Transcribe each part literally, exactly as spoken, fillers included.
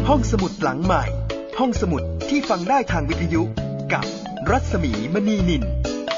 ห้องสมุดหลังใหม่ห้องสมุดที่ฟังได้ทางวิทยุกับรัศมีมณีนิน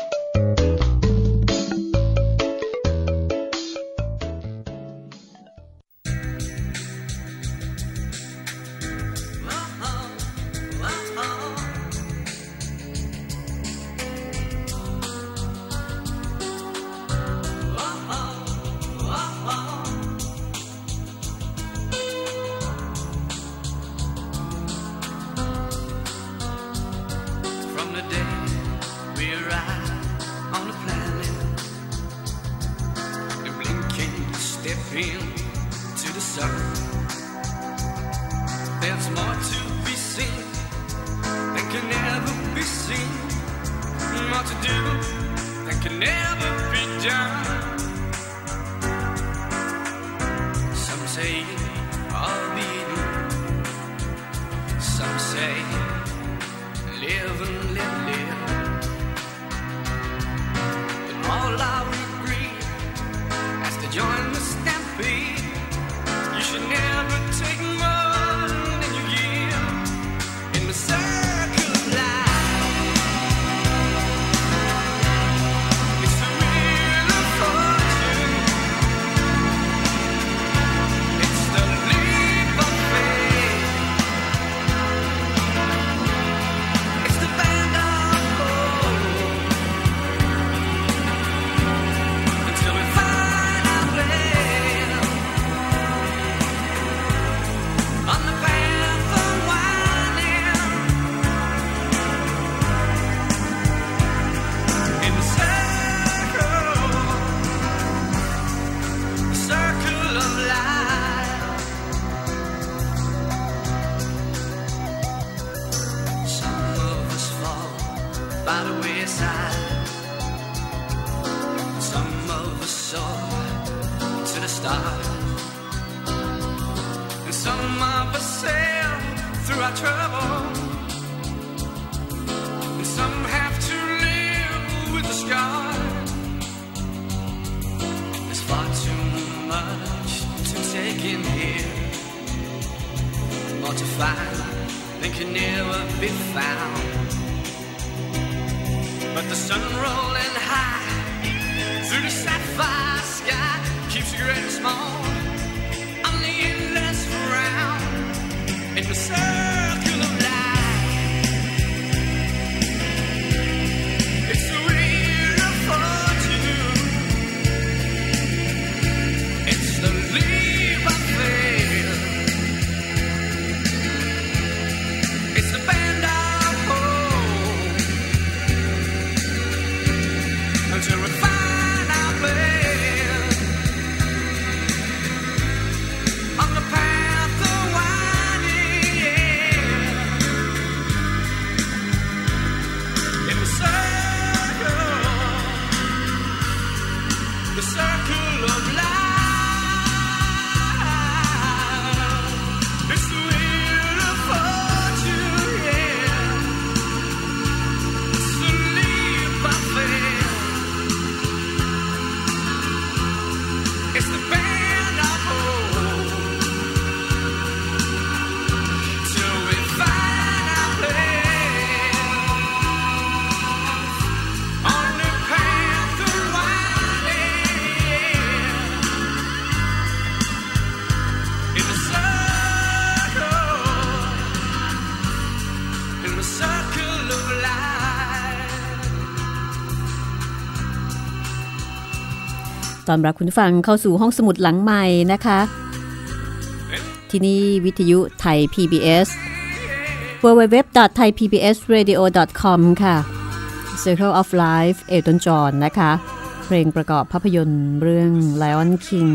ตอนรับคุณฟังเข้าสู่ห้องสมุดหลังใหม่นะคะที่นี่วิทยุไทย พี บี เอส ดับเบิลยู ดับเบิลยู ดับเบิลยู ดอท ไทย พี บี เอส เรดิโอ ดอท คอม ค่ะ Circle of Life เอลตันจอห์นนะคะเพลงประกอบภาพยนตร์เรื่อง Lion King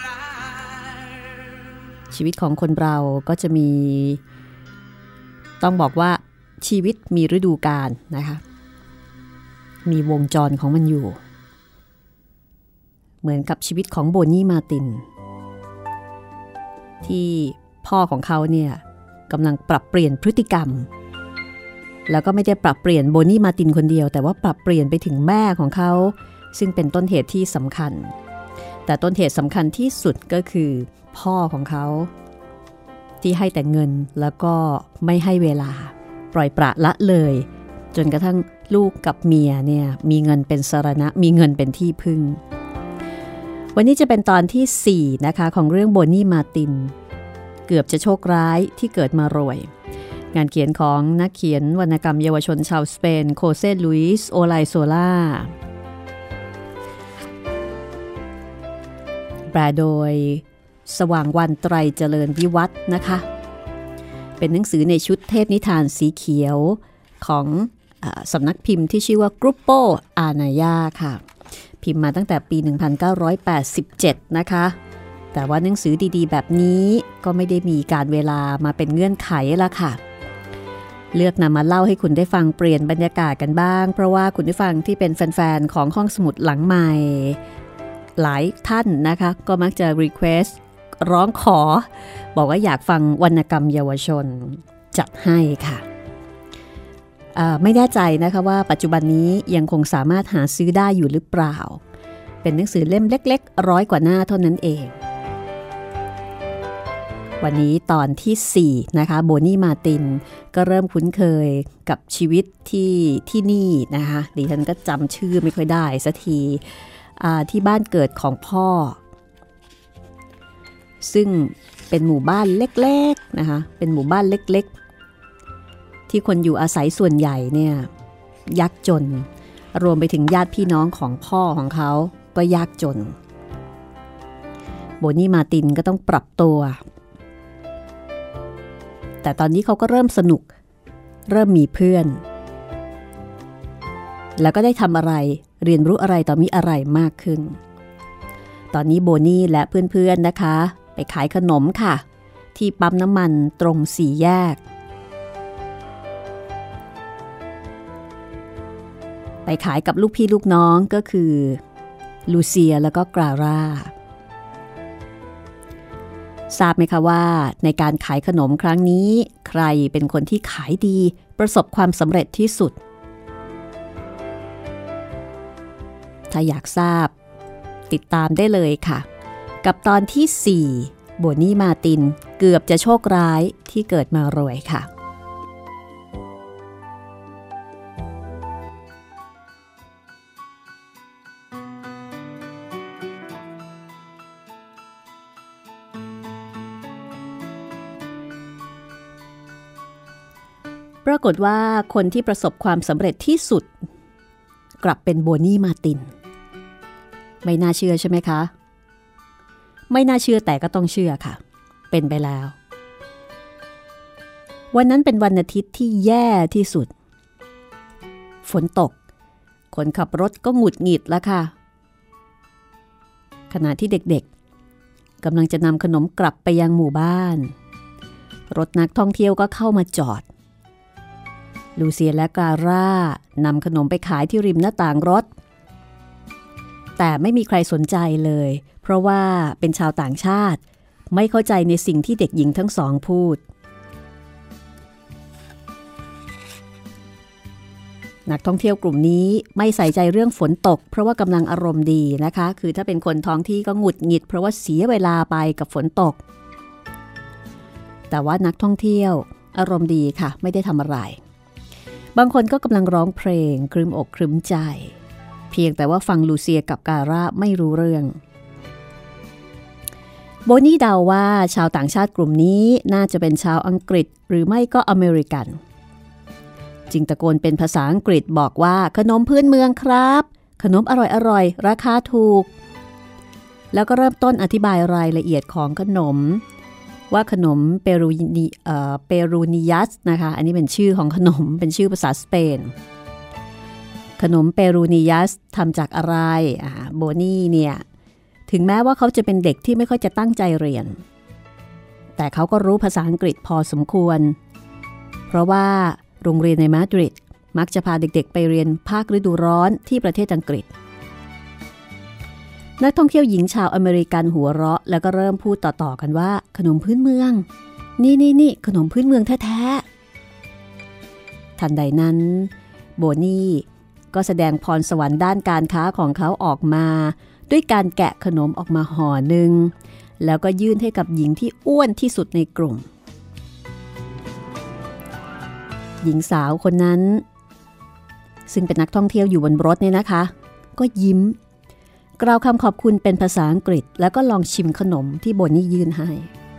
ชีวิตของคนเราก็จะมีต้องบอกว่าชีวิตมีฤดูกาลนะคะมีวงจรของมันอยู่เหมือนกับชีวิตของโบนี่มาร์ตินที่พ่อของเขาเนี่ยกำลังปรับเปลี่ยนพฤติกรรมแล้วก็ไม่ได้ปรับเปลี่ยนโบนี่มาร์ตินคนเดียวแต่ว่าปรับเปลี่ยนไปถึงแม่ของเขาซึ่งเป็นต้นเหตุที่สำคัญแต่ต้นเหตุสำคัญที่สุดก็คือพ่อของเขาที่ให้แต่เงินแล้วก็ไม่ให้เวลาปล่อยปละละเลยจนกระทั่งลูกกับเมียเนี่ยมีเงินเป็นสรณะมีเงินเป็นที่พึ่งวันนี้จะเป็นตอนที่สี่นะคะของเรื่องโบนี่มาตินเกือบจะโชคร้ายที่เกิดมารวยงานเขียนของนักเขียนวรรณกรรมเยาวชนชาวสเปนโคเซลุยส์โอไลโซล่าแปลโดยสว่างวันไตรเจริญวิวัฒน์นะคะเป็นหนังสือในชุดเทพนิทานสีเขียวของอ่าสำนักพิมพ์ที่ชื่อว่ากรุ๊ปโปอาณายาค่ะพิมพ์มาตั้งแต่ปี หนึ่งพันเก้าร้อยแปดสิบเจ็ด นะคะแต่ว่าหนังสือดีๆแบบนี้ก็ไม่ได้มีการเวลามาเป็นเงื่อนไขละค่ะเลือกนำมาเล่าให้คุณได้ฟังเปลี่ยนบรรยากาศกันบ้างเพราะว่าคุณได้ฟังที่เป็นแฟนๆของห้องสมุดหลังใหม่หลายท่านนะคะก็มักจะ request ร้องขอบอกว่าอยากฟังวรรณกรรมเยาวชนจัดให้ค่ะไม่แน่ใจนะคะว่าปัจจุบันนี้ยังคงสามารถหาซื้อได้อยู่หรือเปล่าเป็นหนังสือเล่มเล็กๆร้อยกว่าหน้าเท่านั้นเองวันนี้ตอนที่สี่นะคะโบนี่มาตินก็เริ่มคุ้นเคยกับชีวิตที่ที่นี่นะคะดิฉันก็จำชื่อไม่ค่อยได้สักทีที่บ้านเกิดของพ่อซึ่งเป็นหมู่บ้านเล็กๆนะคะเป็นหมู่บ้านเล็กๆที่คนอยู่อาศัยส่วนใหญ่เนี่ยยากจนรวมไปถึงญาติพี่น้องของพ่อของเขาก็ยากจนโบนี่มาตินก็ต้องปรับตัวแต่ตอนนี้เขาก็เริ่มสนุกเริ่มมีเพื่อนแล้วก็ได้ทำอะไรเรียนรู้อะไรต่อมีอะไรมากขึ้นตอนนี้โบนี่และเพื่อนๆนะคะไปขายขนมค่ะที่ปั๊มน้ำมันตรงสี่แยกไปขายกับลูกพี่ลูกน้องก็คือลูเซียแล้วก็กราร่าทราบไหมคะว่าในการขายขนมครั้งนี้ใครเป็นคนที่ขายดีประสบความสำเร็จที่สุดถ้าอยากทราบติดตามได้เลยค่ะกับตอนที่สี่โบนี่มาตินเกือบจะโชคร้ายที่เกิดมารวยค่ะปรากฏว่าคนที่ประสบความสำเร็จที่สุดกลับเป็นโบนี่มาตินไม่น่าเชื่อใช่ไหมคะไม่น่าเชื่อแต่ก็ต้องเชื่อค่ะเป็นไปแล้ววันนั้นเป็นวันอาทิตย์ที่แย่ที่สุดฝนตกคนขับรถก็หงุดหงิดแล้วค่ะขณะที่เด็กๆกำลังจะนำขนมกลับไปยังหมู่บ้านรถนักท่องเที่ยวก็เข้ามาจอดลูเซียและการ่านำขนมไปขายที่ริมหน้าต่างรถแต่ไม่มีใครสนใจเลยเพราะว่าเป็นชาวต่างชาติไม่เข้าใจในสิ่งที่เด็กหญิงทั้งสองพูดนักท่องเที่ยวกลุ่มนี้ไม่ใส่ใจเรื่องฝนตกเพราะว่ากำลังอารมณ์ดีนะคะคือถ้าเป็นคนท้องที่ก็หงุดหงิดเพราะว่าเสียเวลาไปกับฝนตกแต่ว่านักท่องเที่ยวอารมณ์ดีค่ะไม่ได้ทำอะไรบางคนก็กำลังร้องเพลงครึ้มอกครึ้มใจเพียงแต่ว่าฟังลูเซียกับการ่าไม่รู้เรื่องโบนี่เดาว่าชาวต่างชาติกลุ่มนี้น่าจะเป็นชาวอังกฤษหรือไม่ก็อเมริกันจึงตะโกนเป็นภาษาอังกฤษบอกว่าขนมพื้นเมืองครับขนมอร่อยๆราคาถูกแล้วก็เริ่มต้นอธิบายรายละเอียดของขนมว่าขนมเปรูนิเอ่อเปรูนิยัสนะคะอันนี้เป็นชื่อของขนมเป็นชื่อภาษาสเปนขนมเปรูนิยัสทำจากอะไรอ่าโบนี่เนี่ยถึงแม้ว่าเขาจะเป็นเด็กที่ไม่ค่อยจะตั้งใจเรียนแต่เขาก็รู้ภาษาอังกฤษพอสมควรเพราะว่าโรงเรียนในมาดริดมักจะพาเด็กๆไปเรียนภาคฤดูร้อนที่ประเทศอังกฤษนักท่องเที่ยวหญิงชาวอเมริกันหัวเราะแล้วก็เริ่มพูดต่อๆกันว่าขนมพื้นเมืองนี่นี่นี่ขนมพื้นเมืองแท้ๆทันใดนั้นโบนี่ก็แสดงพรสวรรค์ด้านการค้าของเขาออกมาด้วยการแกะขนมออกมาห่อหนึ่งแล้วก็ยื่นให้กับหญิงที่อ้วนที่สุดในกลุ่มหญิงสาวคนนั้นซึ่งเป็นนักท่องเที่ยวอยู่บนรถเนี่ยนะคะก็ยิ้มกล่าวคำขอบคุณเป็นภาษาอังกฤษแล้วก็ลองชิมขนมที่โบนี่ยื่นให้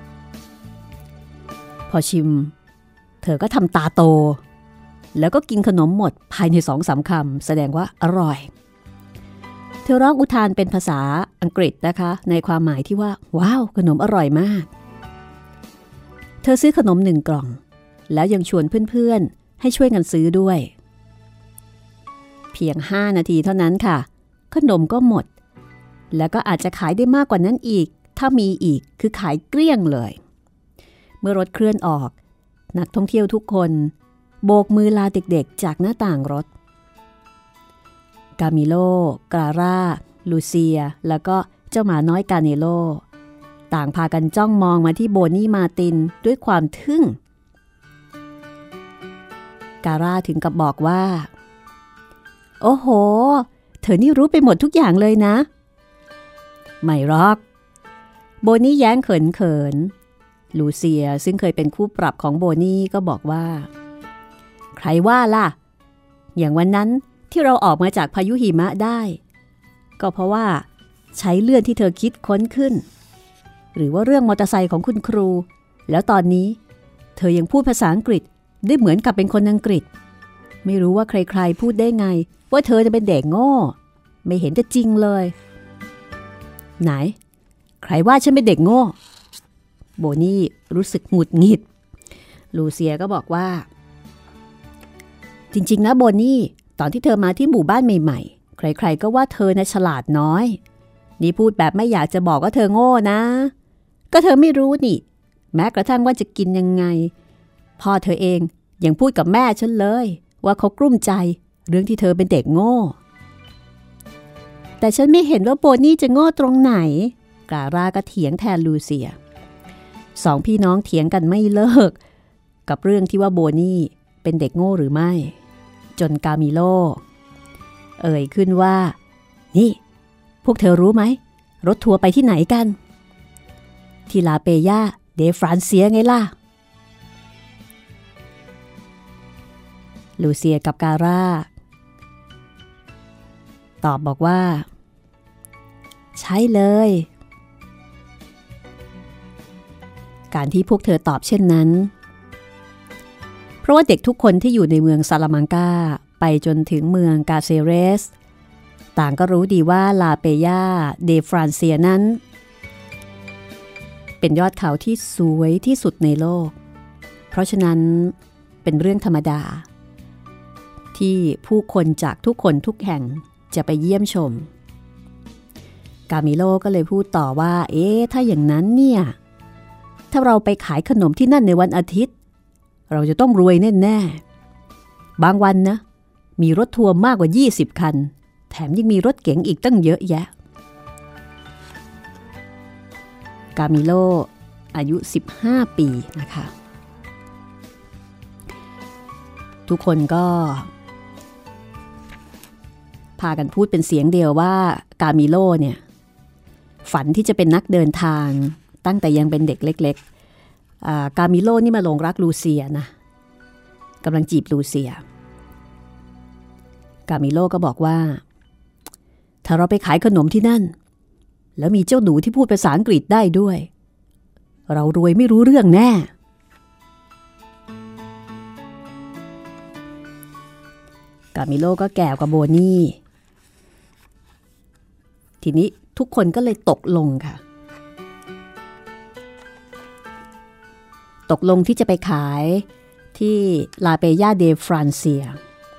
พอชิมเธอก็ทำตาโตแล้วก็กินขนมหมดภายในสองสามคำแสดงว่าอร่อยเธอร้องอุทานเป็นภาษาอังกฤษนะคะในความหมายที่ว่าว้าวขนมอร่อยมากเธอซื้อขนมหนึ่งกล่องแล้วยังชวนเพื่อนๆให้ช่วยกันซื้อด้วยเพียงห้านาทีเท่านั้นค่ะขนมก็หมดแล้วก็อาจจะขายได้มากกว่านั้นอีกถ้ามีอีกคือขายเกลี้ยงเลยเมื่อรถเคลื่อนออกนักท่องเที่ยวทุกคนโบกมือลาเด็กๆจากหน้าต่างรถกามิโลกราร่าลูเซียแล้วก็เจ้าหมาน้อยกาเนโลต่างพากันจ้องมองมาที่โบนี่มาตินด้วยความทึ่งการ่าถึงกับบอกว่าโอ้โหเธอนี่รู้ไปหมดทุกอย่างเลยนะไม่หรอกโบนี่แย้งเขินๆลูเซียซึ่งเคยเป็นคู่ปรับของโบนี่ก็บอกว่าใครว่าล่ะอย่างวันนั้นที่เราออกมาจากพายุหิมะได้ก็เพราะว่าใช้เลื่อนที่เธอคิดค้นขึ้นหรือว่าเรื่องมอเตอร์ไซค์ของคุณครูแล้วตอนนี้เธอยังพูดภาษาอังกฤษได้เหมือนกับเป็นคนอังกฤษไม่รู้ว่าใครๆพูดได้ไงว่าเธอจะเป็นเด็กโง่ไม่เห็นจะจริงเลยไหนใครว่าฉันเป็นเด็กโง่โบนี่รู้สึกหงุดหงิดลูเซียก็บอกว่าจริงๆนะโบนี่ตอนที่เธอมาที่หมู่บ้านใหม่ๆใครๆก็ว่าเธอน่ะฉลาดน้อยนี่พูดแบบไม่อยากจะบอกว่าเธอโง่นะก็เธอไม่รู้นี่แม้กระทั่งว่าจะกินยังไงพ่อเธอเองยังพูดกับแม่ฉันเลยว่าเขากลุ้มใจเรื่องที่เธอเป็นเด็กโง่แต่ฉันไม่เห็นว่าโบนี่จะโง่ตรงไหนการ่าก็เถียงแทนลูเซียสองพี่น้องเถียงกันไม่เลิกกับเรื่องที่ว่าโบนี่เป็นเด็กโง่หรือไม่จนกามิโลเอ่ยขึ้นว่านี่พวกเธอรู้ไหมรถทัวร์ไปที่ไหนกันที่ลาเปย่าเดฟรานเซียไงล่ะลูเซียกับการ่าตอบบอกว่าใช่เลยการที่พวกเธอตอบเช่นนั้นเพราะว่าเด็กทุกคนที่อยู่ในเมืองซาลามังกาไปจนถึงเมืองกาเซเรสต่างก็รู้ดีว่าลาเปย่าเดฟรานเซียนั้นเป็นยอดเขาที่สวยที่สุดในโลกเพราะฉะนั้นเป็นเรื่องธรรมดาที่ผู้คนจากทุกคนทุกแห่งจะไปเยี่ยมชมกามิโลก็เลยพูดต่อว่าเอ๊ะถ้าอย่างนั้นเนี่ยถ้าเราไปขายขนมที่นั่นในวันอาทิตย์เราจะต้องรวยแน่ๆบางวันนะมีรถทัวร์มากกว่ายี่สิบคันแถมยังมีรถเก๋งอีกตั้งเยอะแยะกามิโลอายุสิบห้าปีนะคะทุกคนก็พากันพูดเป็นเสียงเดียวว่ากามิโลเนี่ยฝันที่จะเป็นนักเดินทางตั้งแต่ยังเป็นเด็กเล็กๆกามิโลนี่มาหลงรักลูเซียนะกำลังจีบลูเซียกามิโลก็บอกว่าถ้าเราไปขายขนมที่นั่นแล้วมีเจ้าหนูที่พูดภาษาอังกฤษได้ด้วยเรารวยไม่รู้เรื่องแน่กามิโลก็แก่กว่าโบนี่ทีนี้ทุกคนก็เลยตกลงค่ะตกลงที่จะไปขายที่ลาเปย่าเดฟรานเซีย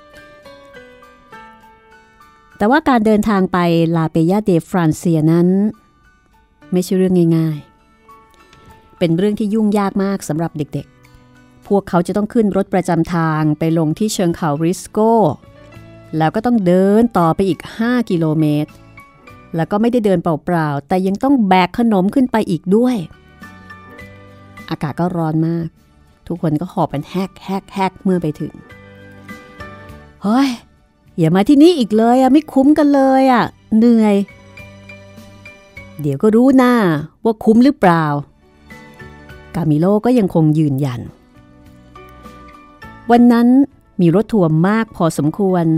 แต่ว่าการเดินทางไปลาเปย่าเดฟรานเซียนั้นไม่ใช่เรื่องง่ายๆเป็นเรื่องที่ยุ่งยากมากสำหรับเด็กๆพวกเขาจะต้องขึ้นรถประจำทางไปลงที่เชิงเขาริสโกแล้วก็ต้องเดินต่อไปอีกห้ากิโลเมตรแล้วก็ไม่ได้เดินเปล่าๆแต่ยังต้องแบกขนมขึ้นไปอีกด้วยอากาศก็ร้อนมากทุกคนก็หอบเป็นแฮกแฮกแฮกเมื่อไปถึงเฮ้ยอย่ามาที่นี่อีกเลยอะไม่คุ้มกันเลยอะเหนื่อยเดี๋ยวก็รู้หน้าว่าคุ้มหรือเปล่ากามิโลก็ยังคงยืนยันวันนั้นมีรถทัวร์มากพอสมควร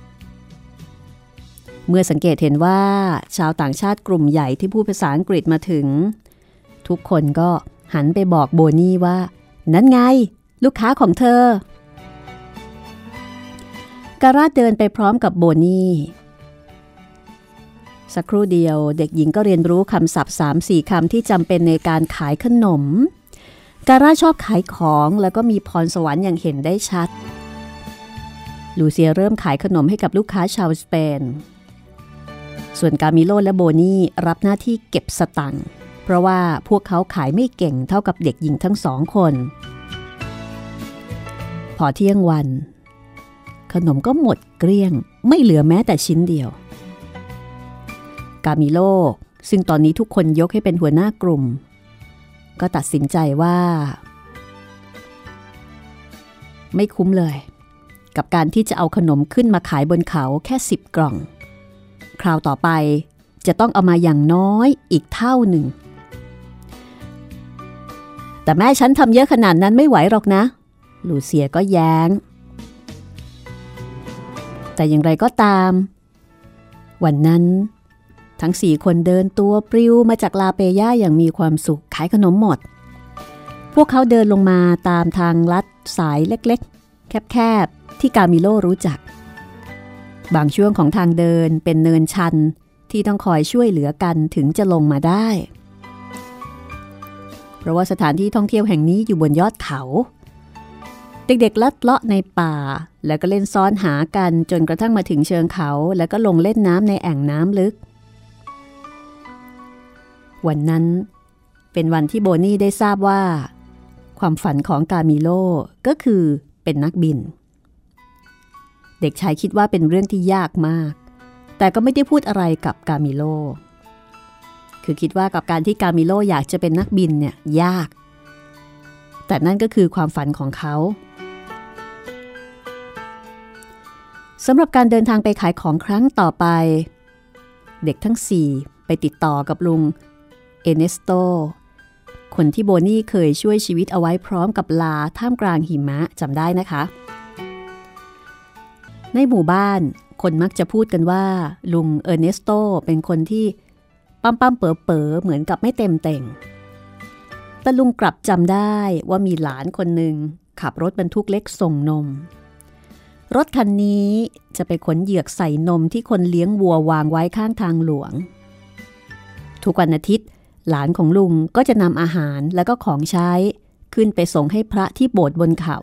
เมื่อสังเกตเห็นว่าชาวต่างชาติกลุ่มใหญ่ที่พูดภาษาอังกฤษมาถึงทุกคนก็หันไปบอกโบนี่ว่านั่นไงลูกค้าของเธอการาเดินไปพร้อมกับโบนี่สักครู่เดียวเด็กหญิงก็เรียนรู้คำศัพท์ สามสี่ คำที่จำเป็นในการขายขนมการาชอบขายของแล้วก็มีพรสวรรค์อย่างเห็นได้ชัดลูเซียเริ่มขายขนมให้กับลูกค้าชาวสเปนส่วนกามิโลและโบนี่รับหน้าที่เก็บสตังค์เพราะว่าพวกเขาขายไม่เก่งเท่ากับเด็กหญิงทั้งสองคนพอเที่ยงวันขนมก็หมดเกลี้ยงไม่เหลือแม้แต่ชิ้นเดียวกามิโลซึ่งตอนนี้ทุกคนยกให้เป็นหัวหน้ากลุ่มก็ตัดสินใจว่าไม่คุ้มเลยกับการที่จะเอาขนมขึ้นมาขายบนเขาแค่สิบกล่องคราวต่อไปจะต้องเอามาอย่างน้อยอีกเท่าหนึ่งแต่แม่ฉันทำเยอะขนาดนั้นไม่ไหวหรอกนะลูเซียก็แย้งแต่อย่างไรก็ตามวันนั้นทั้งสี่คนเดินตัวปลิวมาจากลาเปย่าอย่างมีความสุขขายขนมหมดพวกเขาเดินลงมาตามทางลัดสายเล็กๆแคบๆที่กามิโลรู้จักบางช่วงของทางเดินเป็นเนินชันที่ต้องคอยช่วยเหลือกันถึงจะลงมาได้เพราะว่าสถานที่ท่องเที่ยวแห่งนี้อยู่บนยอดเขาเด็กๆลัดเลาะในป่าแล้วก็เล่นซ้อนหากันจนกระทั่งมาถึงเชิงเขาแล้วก็ลงเล่นน้ำในแอ่งน้ำลึกวันนั้นเป็นวันที่โบนี่ได้ทราบว่าความฝันของกามิโลก็คือเป็นนักบินเด็กชายคิดว่าเป็นเรื่องที่ยากมากแต่ก็ไม่ได้พูดอะไรกับกามิโลคือคิดว่ากับการที่กามิโลอยากจะเป็นนักบินเนี่ยยากแต่นั่นก็คือความฝันของเขาสำหรับการเดินทางไปขายของครั้งต่อไปเด็กทั้งสี่ไปติดต่อกับลุงเอเนสโตคนที่โบนี่เคยช่วยชีวิตเอาไว้พร้อมกับลาท่ามกลางหิมะจำได้นะคะในหมู่บ้านคนมักจะพูดกันว่าลุงเอเนสโตเป็นคนที่ปั๊มปั๊มเป๋อเป๋อเหมือนกับไม่เต็มเต่งแต่ลุงกลับจำได้ว่ามีหลานคนหนึ่งขับรถบรรทุกเล็กส่งนมรถคันนี้จะไปขนเหยือกใส่นมที่คนเลี้ยงวัววางไว้ข้างทางหลวงทุกวันอาทิตย์หลานของลุงก็จะนำอาหารและก็ของใช้ขึ้นไปส่งให้พระที่โบสถ์บนเขา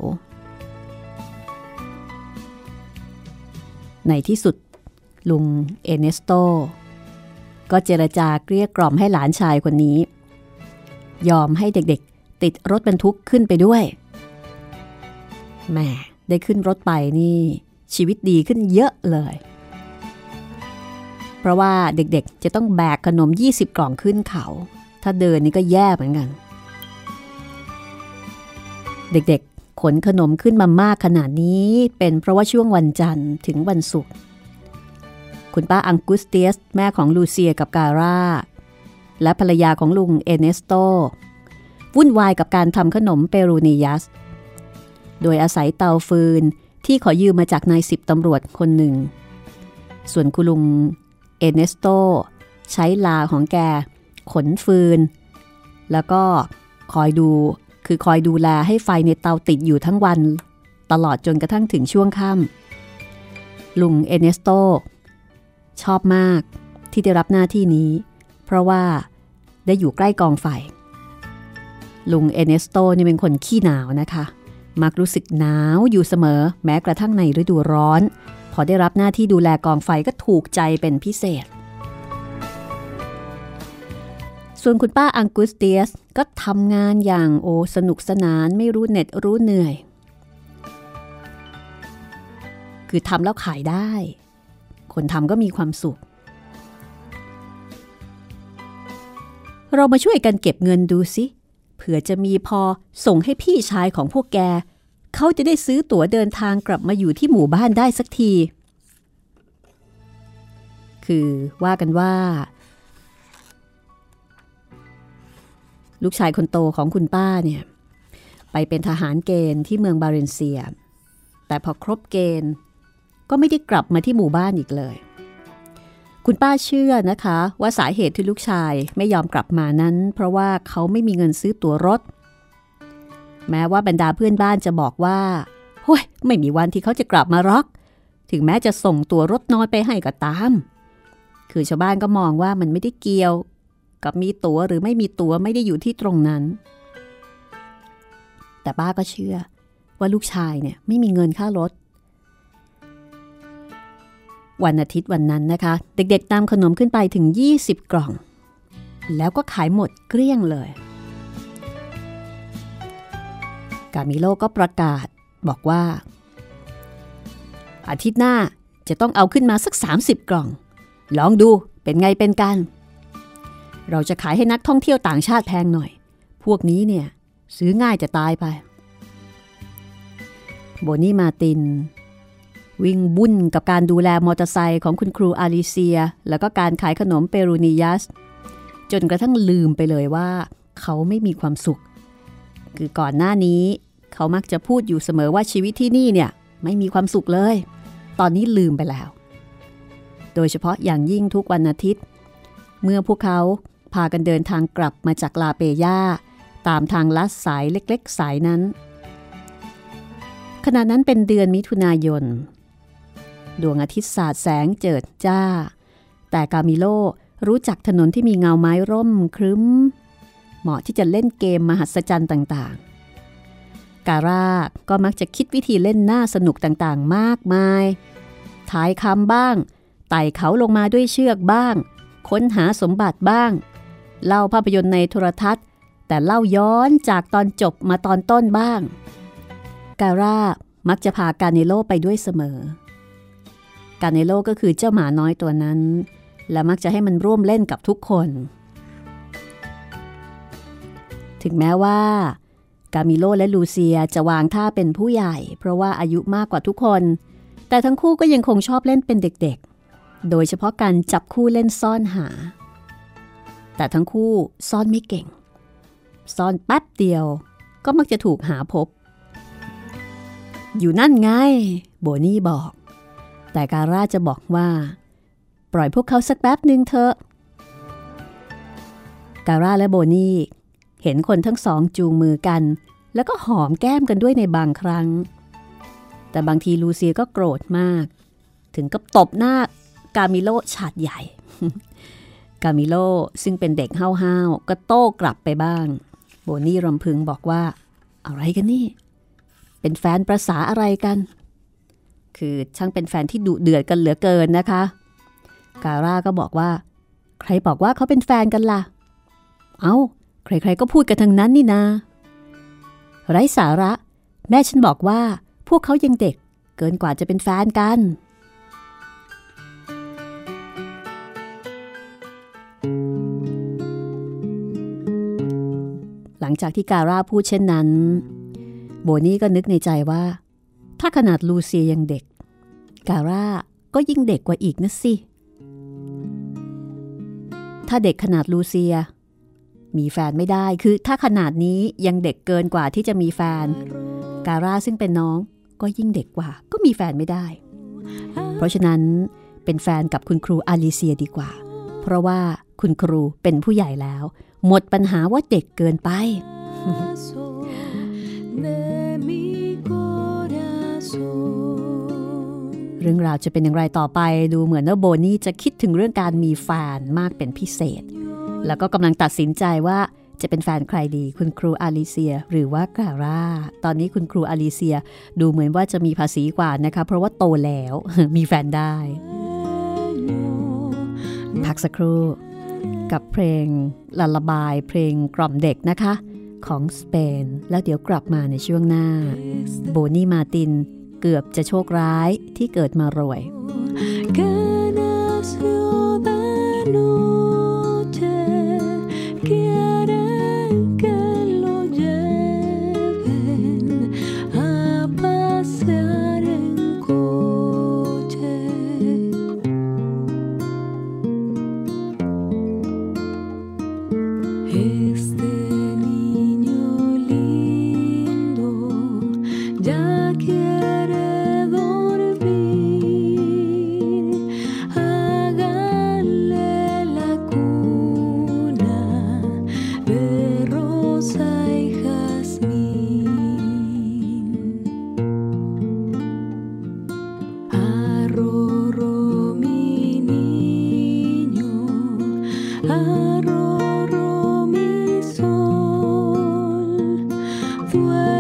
ในที่สุดลุงเอเนสโตก็เจรจาเกลี้ยกล่อมให้หลานชายคนนี้ยอมให้เด็กๆติดรถบรรทุกขึ้นไปด้วยแหมได้ขึ้นรถไปนี่ชีวิตดีขึ้นเยอะเลยเพราะว่าเด็กๆจะต้องแบกขนมยี่สิบกล่องขึ้นเขาถ้าเดินนี่ก็แย่เหมือนกันเด็กๆขนขนมขึ้นมามากขนาดนี้เป็นเพราะว่าช่วงวันจันทร์ถึงวันศุกร์คุณป้าอังกุสเตียสแม่ของลูเซียกับการ่าและภรรยาของลุงเอเนสโตวุ่นวายกับการทำขนมเปรูนิยัสโดยอาศัยเตาฟืนที่ขอยืมมาจากนายสิบตำรวจคนหนึ่งส่วนคุณลุงเอเนสโตใช้ลาของแกขนฟืนแล้วก็คอยดูคือคอยดูแลให้ไฟในเตาติดอยู่ทั้งวันตลอดจนกระทั่งถึงช่วงค่ำลุงเอเนสโตชอบมากที่ได้รับหน้าที่นี้เพราะว่าได้อยู่ใกล้กองไฟลุงเอเนสโตนี่เป็นคนขี้หนาวนะคะมักรู้สึกหนาวอยู่เสมอแม้กระทั่งในฤดูร้อนพอได้รับหน้าที่ดูแลกองไฟก็ถูกใจเป็นพิเศษส่วนคุณป้าอังกุสเตียสก็ทำงานอย่างโอสนุกสนานไม่รู้เหน็ดรู้เหนื่อยคือทำแล้วขายได้คนทำก็มีความสุขเรามาช่วยกันเก็บเงินดูสิเผื่อจะมีพอส่งให้พี่ชายของพวกแกเขาจะได้ซื้อตั๋วเดินทางกลับมาอยู่ที่หมู่บ้านได้สักทีคือว่ากันว่าลูกชายคนโตของคุณป้าเนี่ยไปเป็นทหารเกณฑ์ที่เมืองบาเรนเซียแต่พอครบเกณฑ์ก็ไม่ได้กลับมาที่หมู่บ้านอีกเลยคุณป้าเชื่อนะคะว่าสาเหตุที่ลูกชายไม่ยอมกลับมานั้นเพราะว่าเขาไม่มีเงินซื้อตั๋วรถแม้ว่าบรรดาเพื่อนบ้านจะบอกว่าโอ้ยไม่มีวันที่เขาจะกลับมาหรอกถึงแม้จะส่งตั๋วรถน้อยไปให้ก็ตามคือชาวบ้านก็มองว่ามันไม่ได้เกี่ยวกับมีตั๋วหรือไม่มีตั๋วไม่ได้อยู่ที่ตรงนั้นแต่ป้าก็เชื่อว่าลูกชายเนี่ยไม่มีเงินค่ารถวันอาทิตย์วันนั้นนะคะเด็กๆนำขนมขึ้นไปถึงยี่สิบกล่องแล้วก็ขายหมดเกลี้ยงเลยกามิโลก็ประกาศบอกว่าอาทิตย์หน้าจะต้องเอาขึ้นมาสักสามสิบกล่องลองดูเป็นไงเป็นกันเราจะขายให้นักท่องเที่ยวต่างชาติแพงหน่อยพวกนี้เนี่ยซื้อง่ายจะตายไปโบนี่มาตินวิ่งบุ่นกับการดูแลมอเตอร์ไซค์ของคุณครูอาลิเซียแล้วก็การขายขนมเปรูนิยัสจนกระทั่งลืมไปเลยว่าเขาไม่มีความสุขคือก่อนหน้านี้เขามักจะพูดอยู่เสมอว่าชีวิตที่นี่เนี่ยไม่มีความสุขเลยตอนนี้ลืมไปแล้วโดยเฉพาะอย่างยิ่งทุกวันอาทิตย์เมื่อพวกเขาพากันเดินทางกลับมาจากลาเปย่าตามทางลัดสายเล็กๆสายนั้นขณะนั้นเป็นเดือนมิถุนายนดวงอาทิตย์สาดแสงเจิดจ้าแต่กามิโลรู้จักถนนที่มีเงาไม้ร่มครึ้มเหมาะที่จะเล่นเกมมหัศจรรย์ต่างๆการ่าก็มักจะคิดวิธีเล่นน่าสนุกต่างๆมากมายถ่ายคำบ้างไต่เขาลงมาด้วยเชือกบ้างค้นหาสมบัติบ้างเล่าภาพยนตร์ในโทรทัศน์แต่เล่าย้อนจากตอนจบมาตอนต้นบ้างการ่ามักจะพากาเนโลไปด้วยเสมอกาเนโลก็คือเจ้าหมาน้อยตัวนั้นและมักจะให้มันร่วมเล่นกับทุกคนถึงแม้ว่ากามิโลและลูเซียจะวางท่าเป็นผู้ใหญ่เพราะว่าอายุมากกว่าทุกคนแต่ทั้งคู่ก็ยังคงชอบเล่นเป็นเด็กๆโดยเฉพาะการจับคู่เล่นซ่อนหาแต่ทั้งคู่ซ่อนไม่เก่งซ่อนแป๊บเดียวก็มักจะถูกหาพบอยู่นั่นไงโบนี่บอกแต่การ่าจะบอกว่าปล่อยพวกเขาสักแป๊บนึงเถอะการ่าและโบนี่เห็นคนทั้งสองจูงมือกันแล้วก็หอมแก้มกันด้วยในบางครั้งแต่บางทีลูเซียก็โกรธมากถึงกับตบหน้ากามิโลฉาดใหญ่ กามิโลซึ่งเป็นเด็กห้าวๆก็โต้กลับไปบ้างโบนี่รำพึงบอกว่าอะไรกันนี่เป็นแฟนประสาอะไรกันคือช่างเป็นแฟนที่ดุเดือดกันเหลือเกินนะคะการ่าก็บอกว่าใครบอกว่าเขาเป็นแฟนกันล่ะเอ้าใครๆก็พูดกันทั้งนั้นนี่นาไร้สาระแม่ฉันบอกว่าพวกเขายังเด็กเกินกว่าจะเป็นแฟนกันหลังจากที่การ่าพูดเช่นนั้นโบนี่ก็นึกในใจว่าถ้าขนาดลูเซียยังเด็กการ่าก็ยิ่งเด็กกว่าอีกนะสิถ้าเด็กขนาดลูเซียมีแฟนไม่ได้คือถ้าขนาดนี้ยังเด็กเกินกว่าที่จะมีแฟนการ่าซึ่งเป็นน้องก็ยิ่งเด็กกว่าก็มีแฟนไม่ได้เพราะฉะนั้นเป็นแฟนกับคุณครูอาลิเซียดีกว่าเพราะว่าคุณครูเป็นผู้ใหญ่แล้วหมดปัญหาว่าเด็กเกินไป เรื่องราวจะเป็นอย่างไรต่อไปดูเหมือนว่าโบนี่จะคิดถึงเรื่องการมีแฟนมากเป็นพิเศษแล้วก็กำลังตัดสินใจว่าจะเป็นแฟนใครดีคุณครูอาลิเซียหรือว่าการ่าตอนนี้คุณครูอาลิเซียดูเหมือนว่าจะมีภาษีกว่านะคะเพราะว่าโตแล้ว มีแฟนได้พักสักครู่กับเพลงลัลบายเพลงกล่อมเด็กนะคะของสเปนแล้วเดี๋ยวกลับมาในช่วงหน้าโบนี่มาตินเกือบจะโชคร้ายที่เกิดมารวย Ya quiere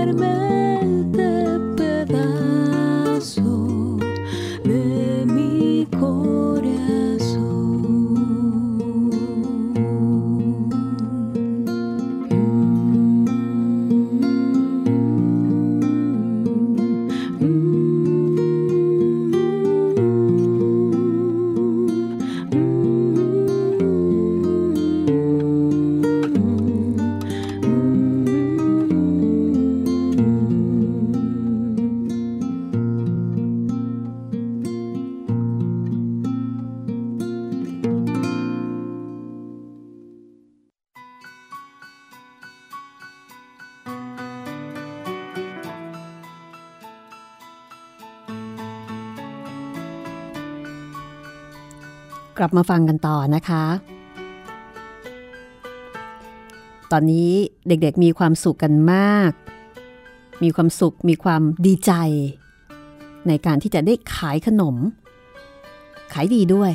กลับมาฟังกันต่อนะคะตอนนี้เด็กๆมีความสุขกันมากมีความสุขมีความดีใจในการที่จะได้ขายขนมขายดีด้วย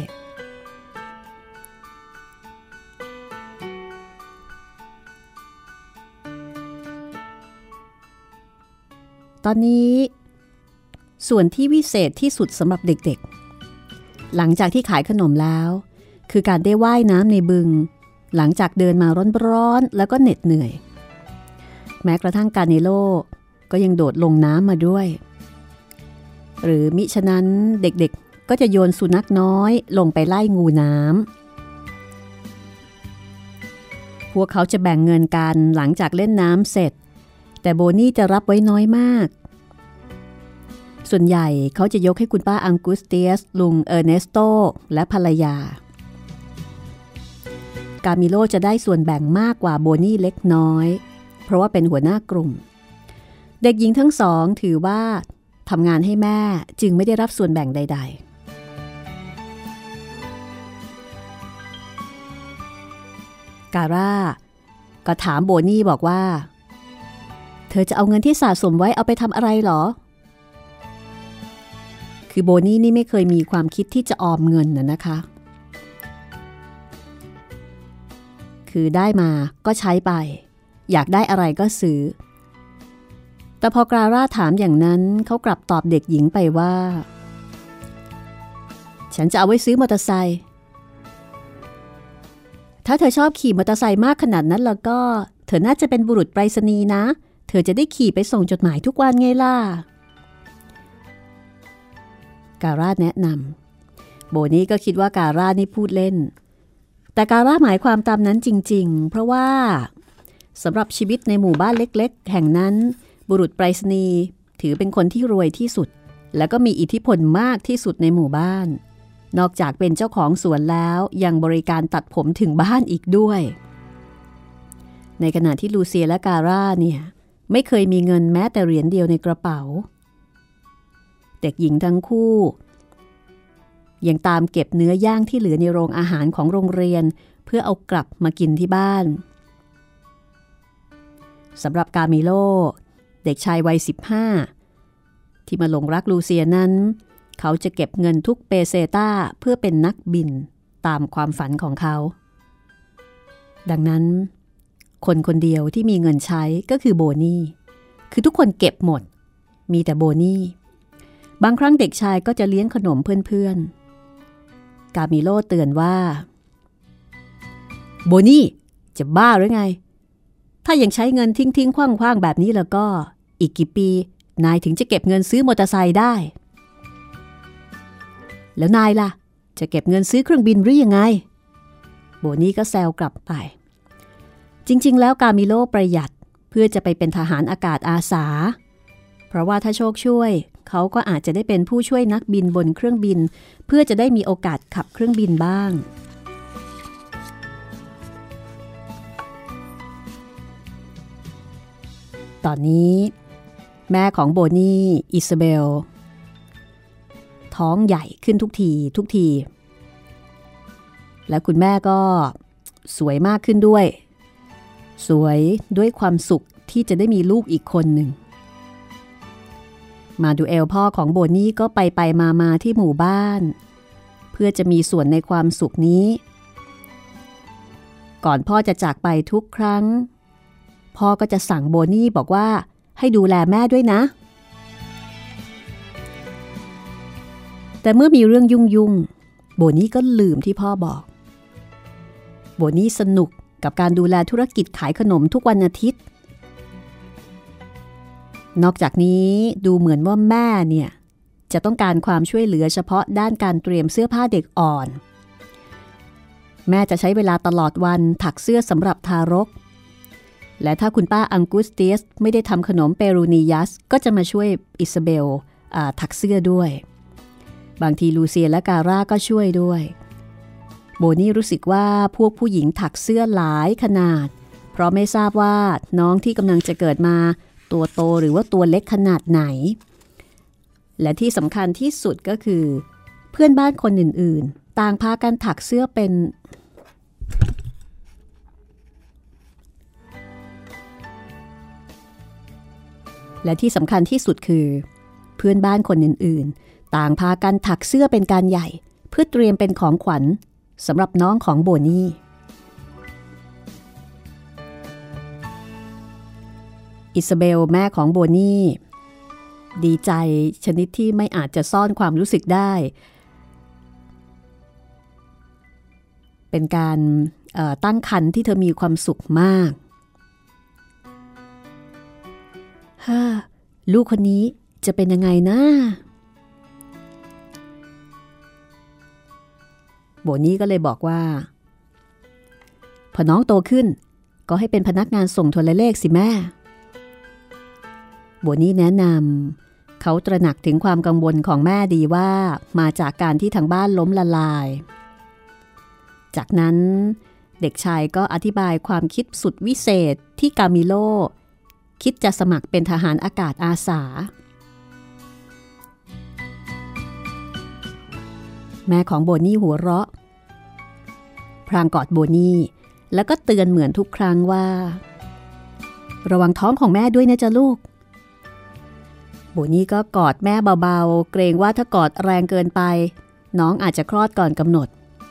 ตอนนี้ส่วนที่วิเศษที่สุดสำหรับเด็กๆหลังจากที่ขายขนมแล้วคือการได้ว่ายน้ำในบึงหลังจากเดินมาร้อนๆแล้วก็เหน็ดเหนื่อยแม้กระทั่งกาเนโลก็ยังโดดลงน้ำมาด้วยหรือมิฉะนั้นเด็กๆก็จะโยนสุนัขน้อยลงไปไล่งูน้ำพวกเขาจะแบ่งเงินกันหลังจากเล่นน้ำเสร็จแต่โบนี่จะรับไว้น้อยมากส่วนใหญ่เขาจะยกให้คุณป้าอังกุสเตียสลุงเออร์เนสโตและภรรยากามิโลจะได้ส่วนแบ่งมากกว่าโบนี่เล็กน้อยเพราะว่าเป็นหัวหน้ากลุ่มเด็กหญิงทั้งสองถือว่าทำงานให้แม่จึงไม่ได้รับส่วนแบ่งใดๆการ่าก็ถามโบนี่บอกว่าเธอจะเอาเงินที่สะสมไว้เอาไปทำอะไรหรอคือโบนี่นี่ไม่เคยมีความคิดที่จะออมเงินน่ะนะคะคือได้มาก็ใช้ไปอยากได้อะไรก็ซื้อแต่พอกราร่าถามอย่างนั้นเขากลับตอบเด็กหญิงไปว่าฉันจะเอาไว้ซื้อมอเตอร์ไซค์ถ้าเธอชอบขี่มอเตอร์ไซค์มากขนาดนั้นแล้วก็เธอน่าจะเป็นบุรุษไปรษณีย์นะเธอจะได้ขี่ไปส่งจดหมายทุกวันไงล่ะการ่าแนะนำโบนี่ก็คิดว่าการ่านี่พูดเล่นแต่การ่าหมายความตามนั้นจริงๆเพราะว่าสำหรับชีวิตในหมู่บ้านเล็กๆแห่งนั้นบุรุษไปรษณีย์ถือเป็นคนที่รวยที่สุดและก็มีอิทธิพลมากที่สุดในหมู่บ้านนอกจากเป็นเจ้าของสวนแล้วยังบริการตัดผมถึงบ้านอีกด้วยในขณะที่ลูเซียและการ่าเนี่ยไม่เคยมีเงินแม้แต่เหรียญเดียวในกระเป๋าเด็กหญิงทั้งคู่ยังตามเก็บเนื้อย่างที่เหลือในโรงอาหารของโรงเรียนเพื่อเอากลับมากินที่บ้านสำหรับกามิโลเด็กชายวัยสิบห้าที่มาหลงรักลูเซียนั้นเขาจะเก็บเงินทุกเปเซต้าเพื่อเป็นนักบินตามความฝันของเขาดังนั้นคนคนเดียวที่มีเงินใช้ก็คือโบนี่คือทุกคนเก็บหมดมีแต่โบนี่บางครั้งเด็กชายก็จะเลี้ยงขนมเพื่อนๆกามิโลเตือนว่าโบนี่จะบ้าหรือไงถ้ายังใช้เงินทิ้งๆคว่างๆแบบนี้แล้วก็อีกกี่ปีนายถึงจะเก็บเงินซื้อมอเตอร์ไซค์ได้แล้วนายล่ะจะเก็บเงินซื้อเครื่องบินหรือยังไงโบนี่ก็แซวกลับไปจริงๆแล้วกามิโลประหยัดเพื่อจะไปเป็นทหารอากาศอาสาเพราะว่าถ้าโชคช่วยเขาก็อาจจะได้เป็นผู้ช่วยนักบินบนเครื่องบินเพื่อจะได้มีโอกาสขับเครื่องบินบ้างตอนนี้แม่ของโบนี่อิซาเบลท้องใหญ่ขึ้นทุกทีทุกทีและคุณแม่ก็สวยมากขึ้นด้วยสวยด้วยความสุขที่จะได้มีลูกอีกคนหนึ่งมาดูเอลพ่อของโบนี่ก็ไปไปมามาที่หมู่บ้านเพื่อจะมีส่วนในความสุขนี้ก่อนพ่อจะจากไปทุกครั้งพ่อก็จะสั่งโบนี่บอกว่าให้ดูแลแม่ด้วยนะแต่เมื่อมีเรื่องยุ่งๆโบนี่ก็ลืมที่พ่อบอกโบนี่สนุกกับการดูแลธุรกิจขายขนมทุกวันอาทิตย์นอกจากนี้ดูเหมือนว่าแม่เนี่ยจะต้องการความช่วยเหลือเฉพาะด้านการเตรียมเสื้อผ้าเด็กอ่อนแม่จะใช้เวลาตลอดวันถักเสื้อสำหรับทารกและถ้าคุณป้าอังกุสเตียสไม่ได้ทำขนมเปรูนียัสก็จะมาช่วยอิซาเบลถักเสื้อด้วยบางทีลูเซียและการ่าก็ช่วยด้วยโบนี่รู้สึกว่าพวกผู้หญิงถักเสื้อหลายขนาดเพราะไม่ทราบว่าน้องที่กำลังจะเกิดมาตัวโตหรือว่าตัวเล็กขนาดไหนและที่สำคัญที่สุดก็คือเพื่อนบ้านคนอื่นๆต่างพากันถักเสื้อเป็นและที่สำคัญที่สุดคือเพื่อนบ้านคนอื่นๆต่างพากันถักเสื้อเป็นการใหญ่เพื่อเตรียมเป็นของขวัญสำหรับน้องของโบนี่อิซาเบลแม่ของโบนี่ดีใจชนิดที่ไม่อาจจะซ่อนความรู้สึกได้เป็นการตั้งครรภ์ที่เธอมีความสุขมากฮ่าลูกคนนี้จะเป็นยังไงนะโบนี่ก็เลยบอกว่าพอน้องโตขึ้นก็ให้เป็นพนักงานส่งโทรเลขสิแม่โบนี่แนะนำเขาตระหนักถึงความกังวลของแม่ดีว่ามาจากการที่ทางบ้านล้มละลายจากนั้นเด็กชายก็อธิบายความคิดสุดวิเศษที่กามิโลคิดจะสมัครเป็นทหารอากาศอาสาแม่ของโบนี่หัวเราะพลางกอดโบนี่แล้วก็เตือนเหมือนทุกครั้งว่าระวังท้องของแม่ด้วยนะจ๊ะลูกโบนี่ก็กอดแม่เบาๆเกรงว่าถ้ากอดแรงเกินไปน้องอาจจะคลอดก่อนกำหนด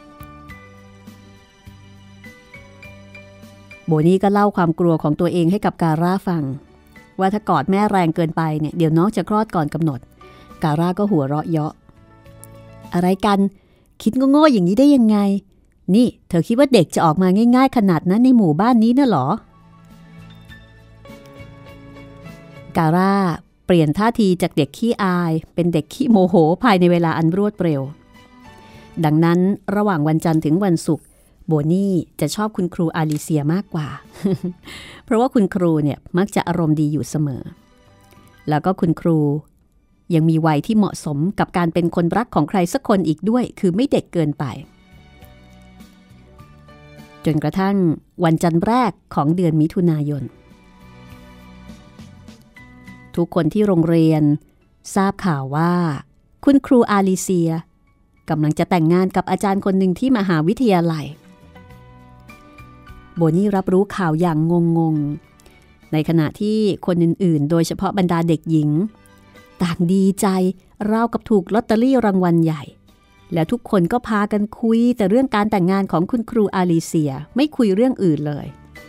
โบนี่ก็เล่าความกลัวของตัวเองให้กับการ่าฟังว่าถ้ากอดแม่แรงเกินไปเนี่ยเดี๋ยวน้องจะคลอดก่อนกำหนดการ่าก็หัวเราะเยาะอะไรกันคิดโง่ๆอย่างนี้ได้ยังไงนี่เธอคิดว่าเด็กจะออกมาง่ายๆขนาดนั้นในหมู่บ้านนี้น่ะหรอการ่าเปลี่ยนท่าทีจากเด็กขี้อายเป็นเด็กขี้โมโหภายในเวลาอันรวดเร็วดังนั้นระหว่างวันจันทร์ถึงวันศุกร์โบนี่จะชอบคุณครูอาลิเซียมากกว่า เพราะว่าคุณครูเนี่ยมักจะอารมณ์ดีอยู่เสมอแล้วก็คุณครูยังมีวัยที่เหมาะสมกับการเป็นคนรักของใครสักคนอีกด้วยคือไม่เด็กเกินไปจนกระทั่งวันจันทร์แรกของเดือนมิถุนายนทุกคนที่โรงเรียนทราบข่าวว่าคุณครูอาลิเซียกำลังจะแต่งงานกับอาจารย์คนหนึ่งที่มหาวิทยาลัยโบนี่รับรู้ข่าวอย่างงงๆในขณะที่คนอื่นๆโดยเฉพาะบรรดาเด็กหญิงต่างดีใจราวกับถูกลอตเตอรี่รางวัลใหญ่และทุกคนก็พากันคุยแต่เรื่องการแต่งงานของคุณครูอาลิเซียไม่คุยเรื่องอื่นเลย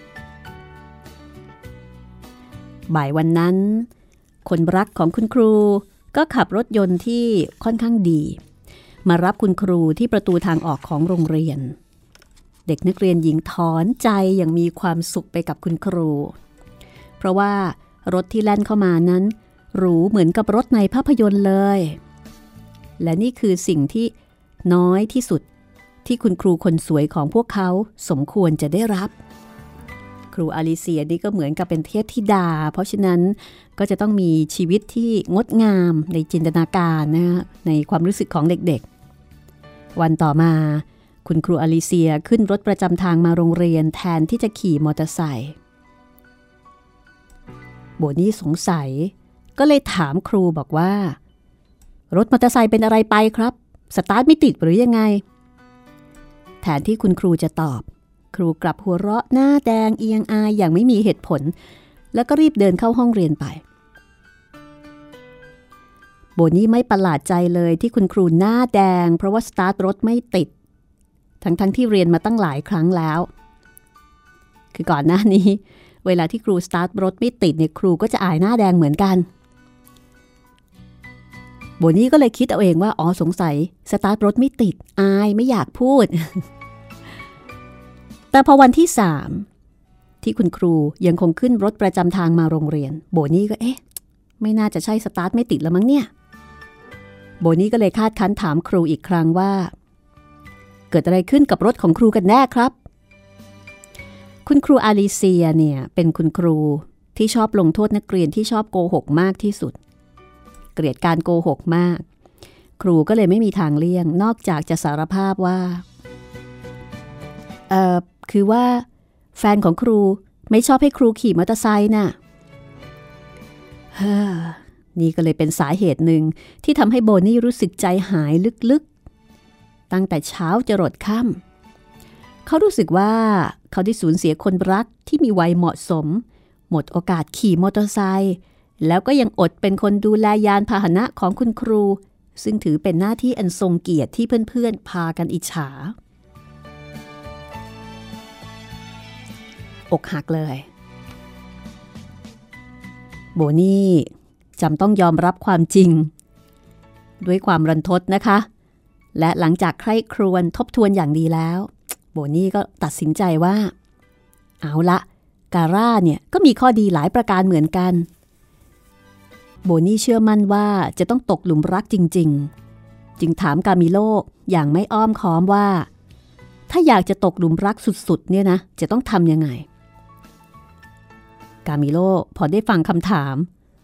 บ่ายวันนั้นคนรักของคุณครูก็ขับรถยนต์ที่ค่อนข้างดีมารับคุณครูที่ประตูทางออกของโรงเรียนเด็กนักเรียนหญิงถอนใจอย่างมีความสุขไปกับคุณครูเพราะว่ารถที่แล่นเข้ามานั้นหรูเหมือนกับรถในภาพยนตร์เลยและนี่คือสิ่งที่น้อยที่สุดที่คุณครูคนสวยของพวกเขาสมควรจะได้รับครูอาลิเซียนี่ก็เหมือนกับเป็นเทพธิดาเพราะฉะนั้นก็จะต้องมีชีวิตที่งดงามในจินตนาการนะในความรู้สึกของเด็กๆวันต่อมาคุณครูอาลิเซียขึ้นรถประจำทางมาโรงเรียนแทนที่จะขี่มอเตอร์ไซค์โบนี่สงสัยก็เลยถามครูบอกว่ารถมอเตอร์ไซค์เป็นอะไรไปครับสตาร์ทไม่ติดหรือยังไงแทนที่คุณครูจะตอบครูกลับหัวเราะหน้าแดงเอียงอายอย่างไม่มีเหตุผลแล้วก็รีบเดินเข้าห้องเรียนไปโบนี่ไม่ประหลาดใจเลยที่คุณครูหน้าแดงเพราะว่าสตาร์ทรถไม่ติดทั้งๆ ท, ที่เรียนมาตั้งหลายครั้งแล้วคือก่อนหน้านี้เวลาที่ครูสตาร์ทรถไม่ติดเนี่ยครูก็จะอายหน้าแดงเหมือนกันโบนี่ก็เลยคิดเอาเองว่าอ๋อสงสัยสตาร์ทรถไม่ติดอายไม่อยากพูด แต่พอวันที่สามที่คุณครูยังคงขึ้นรถประจำทางมาโรงเรียนโบนี่ก็เอ๊ะไม่น่าจะใช่สตาร์ทไม่ติดแล้วมั้งเนี่ยโบนี่ก็เลยคาดคั้นถามครูอีกครั้งว่าเกิดอะไรขึ้นกับรถของครูกันแน่ครับคุณครูอาลิเซียเนี่ยเป็นคุณครูที่ชอบลงโทษนักเรียนที่ชอบโกหกมากที่สุดเกลียดการโกหกมากครูก็เลยไม่มีทางเลี่ยงนอกจากจะสารภาพว่าเอ่อคือว่าแฟนของครูไม่ชอบให้ครูขี่มอเตอร์ไซค์น่ะเฮ้อนี่ก็เลยเป็นสาเหตุหนึ่งที่ทำให้โบนี่รู้สึกใจหายลึกๆตั้งแต่เช้าจรดค่ำเขารู้สึกว่าเขาได้สูญเสียคนรักที่มีวัยเหมาะสมหมดโอกาสขี่มอเตอร์ไซค์แล้วก็ยังอดเป็นคนดูแลยานพาหนะของคุณครูซึ่งถือเป็นหน้าที่อันทรงเกียรติที่เพื่อนๆพากันอิจฉาอกหักเลยโบนี่จำต้องยอมรับความจริงด้วยความรันทดนะคะและหลังจากใคร่ครวญทบทวนอย่างดีแล้วโบนี่ก็ตัดสินใจว่าเอาละการ่าเนี่ยก็มีข้อดีหลายประการเหมือนกันโบนี่เชื่อมั่นว่าจะต้องตกหลุมรักจริงๆจึงถามกามิโลอย่างไม่อ้อมค้อมว่าถ้าอยากจะตกหลุมรักสุดๆเนี่ยนะจะต้องทำยังไงกามิโลพอได้ฟังคำถาม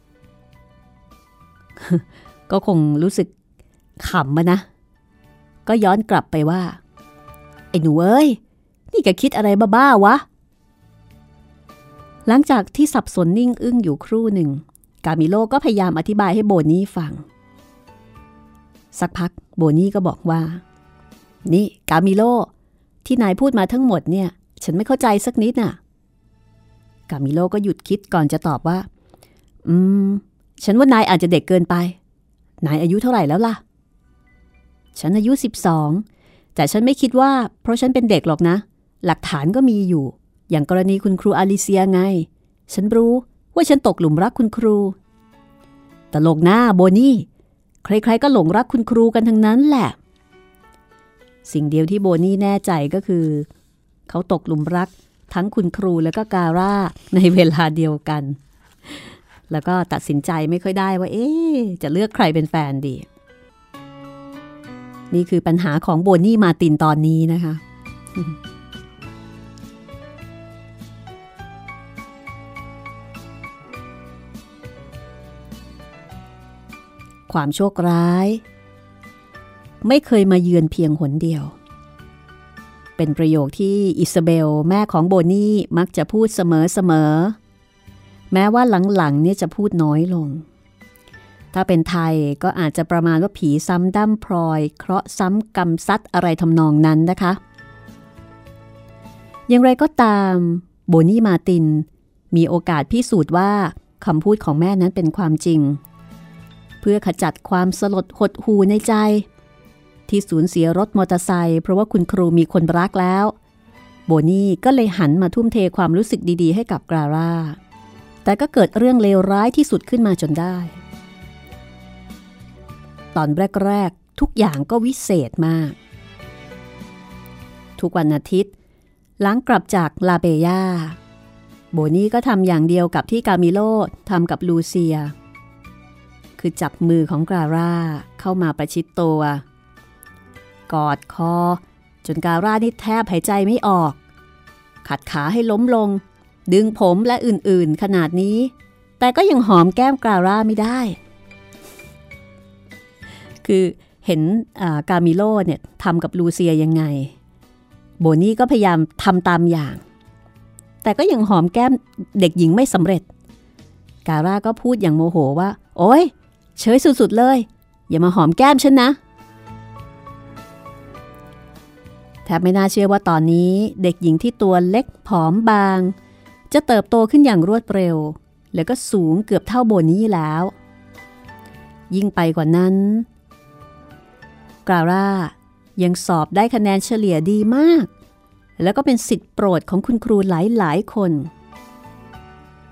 ก็คงรู้สึกขำมานะก็ย้อนกลับไปว่าไอ้หนูเอ้ยนี่แกคิดอะไรบ้าๆวะหลังจากที่สับสนนิ่งอึ้งอยู่ครู่หนึ่งกามิโลก็พยายามอธิบายให้โบนี่ฟังสักพักโบนี่ก็บอกว่านี่กามิโลที่นายพูดมาทั้งหมดเนี่ยฉันไม่เข้าใจสักนิดน่ะกามิโลก็หยุดคิดก่อนจะตอบว่าอืมฉันว่านายอาจจะเด็กเกินไปนายอายุเท่าไหร่แล้วล่ะฉันอายุสิบสองแต่ฉันไม่คิดว่าเพราะฉันเป็นเด็กหรอกนะหลักฐานก็มีอยู่อย่างกรณีคุณครูอาลิเซียไงฉันรู้ว่าฉันตกหลุมรักคุณครูตลกหน้าโบนี่ใครๆก็หลงรักคุณครูกันทั้งนั้นแหละสิ่งเดียวที่โบนี่แน่ใจก็คือเขาตกหลุมรักทั้งคุณครูและก็การ่าในเวลาเดียวกันแล้วก็ตัดสินใจไม่ค่อยได้ว่าเอ๊ะจะเลือกใครเป็นแฟนดีนี่คือปัญหาของโบนี่มาตินตอนนี้นะคะความโชคร้ายไม่เคยมาเยือนเพียงหนเดียวเป็นประโยคที่อิซาเบลแม่ของโบนี่มักจะพูดเสมอๆแม้ว่าหลังๆเนี่ยจะพูดน้อยลงถ้าเป็นไทยก็อาจจะประมาณว่าผีซ้ำดั้มพลอยเคราะห์ซ้ำกรรมซัดอะไรทำนองนั้นนะคะอย่างไรก็ตามโบนี่มาตินมีโอกาสพิสูจน์ว่าคำพูดของแม่นั้นเป็นความจริงเพื่อขจัดความสลดหดหู่ในใจที่สูญเสียรถมอเตอร์ไซค์เพราะว่าคุณครูมีคนรักแล้วโบนี่ก็เลยหันมาทุ่มเทความรู้สึกดีๆให้กับกราร่าแต่ก็เกิดเรื่องเลวร้ายที่สุดขึ้นมาจนได้ตอนแรกๆทุกอย่างก็วิเศษมากทุกวันอาทิตย์หลังกลับจากลาเบย่าโบนี่ก็ทำอย่างเดียวกับที่กามิโลทำกับลูเซียคือจับมือของกราร่าเข้ามาประชิดตัวกอดคอจนกราร่านี่แทบหายใจไม่ออกขัดขาให้ล้มลงดึงผมและอื่นๆขนาดนี้แต่ก็ยังหอมแก้มกราร่าไม่ได้คือเห็นกามิโลเนี่ยทำกับลูเซียยังไงโบนี่ก็พยายามทำตามอย่างแต่ก็ยังหอมแก้มเด็กหญิงไม่สำเร็จการ่าก็พูดอย่างโมโหว่าโอ๊ยเฉยสุดๆเลยอย่ามาหอมแก้มฉันนะแทบไม่น่าเชื่อว่าตอนนี้เด็กหญิงที่ตัวเล็กผอมบางจะเติบโตขึ้นอย่างรวดเร็วแล้วก็สูงเกือบเท่าโบนี่แล้วยิ่งไปกว่านั้นกราร่ายังสอบได้คะแนนเฉลี่ยดีมากแล้วก็เป็นศิษย์โปรดของคุณครูหลายๆคน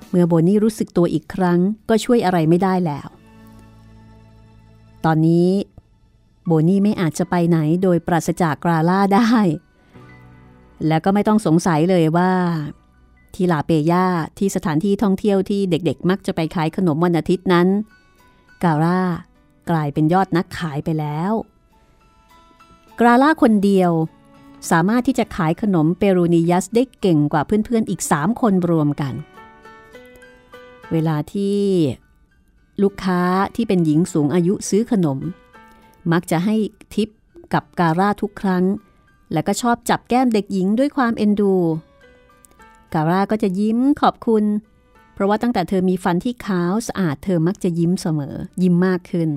เมื่อโบนี่รู้สึกตัวอีกครั้งก็ช่วยอะไรไม่ได้แล้วตอนนี้โบนี่ไม่อาจจะไปไหนโดยปราศจากกราล่าได้และก็ไม่ต้องสงสัยเลยว่าที่ลาเปย่าที่สถานที่ท่องเที่ยวที่เด็กๆมักจะไปขายขนมวันอาทิตย์นั้นกาล่ากลายเป็นยอดนักขายไปแล้วกราล่าคนเดียวสามารถที่จะขายขนมเปรูนิยัสได้เก่งกว่าเพื่อนๆอีกสามคนรวมกันเวลาที่ลูกค้าที่เป็นหญิงสูงอายุซื้อขนมมักจะให้ทิปกับการ่าทุกครั้งและก็ชอบจับแก้มเด็กหญิงด้วยความเอ็นดูการ่าก็จะยิ้มขอบคุณเพราะว่าตั้งแต่เธอมีฟันที่ขาวสะอาดเธอมักจะยิ้มเสมอยิ้มมากขึ้น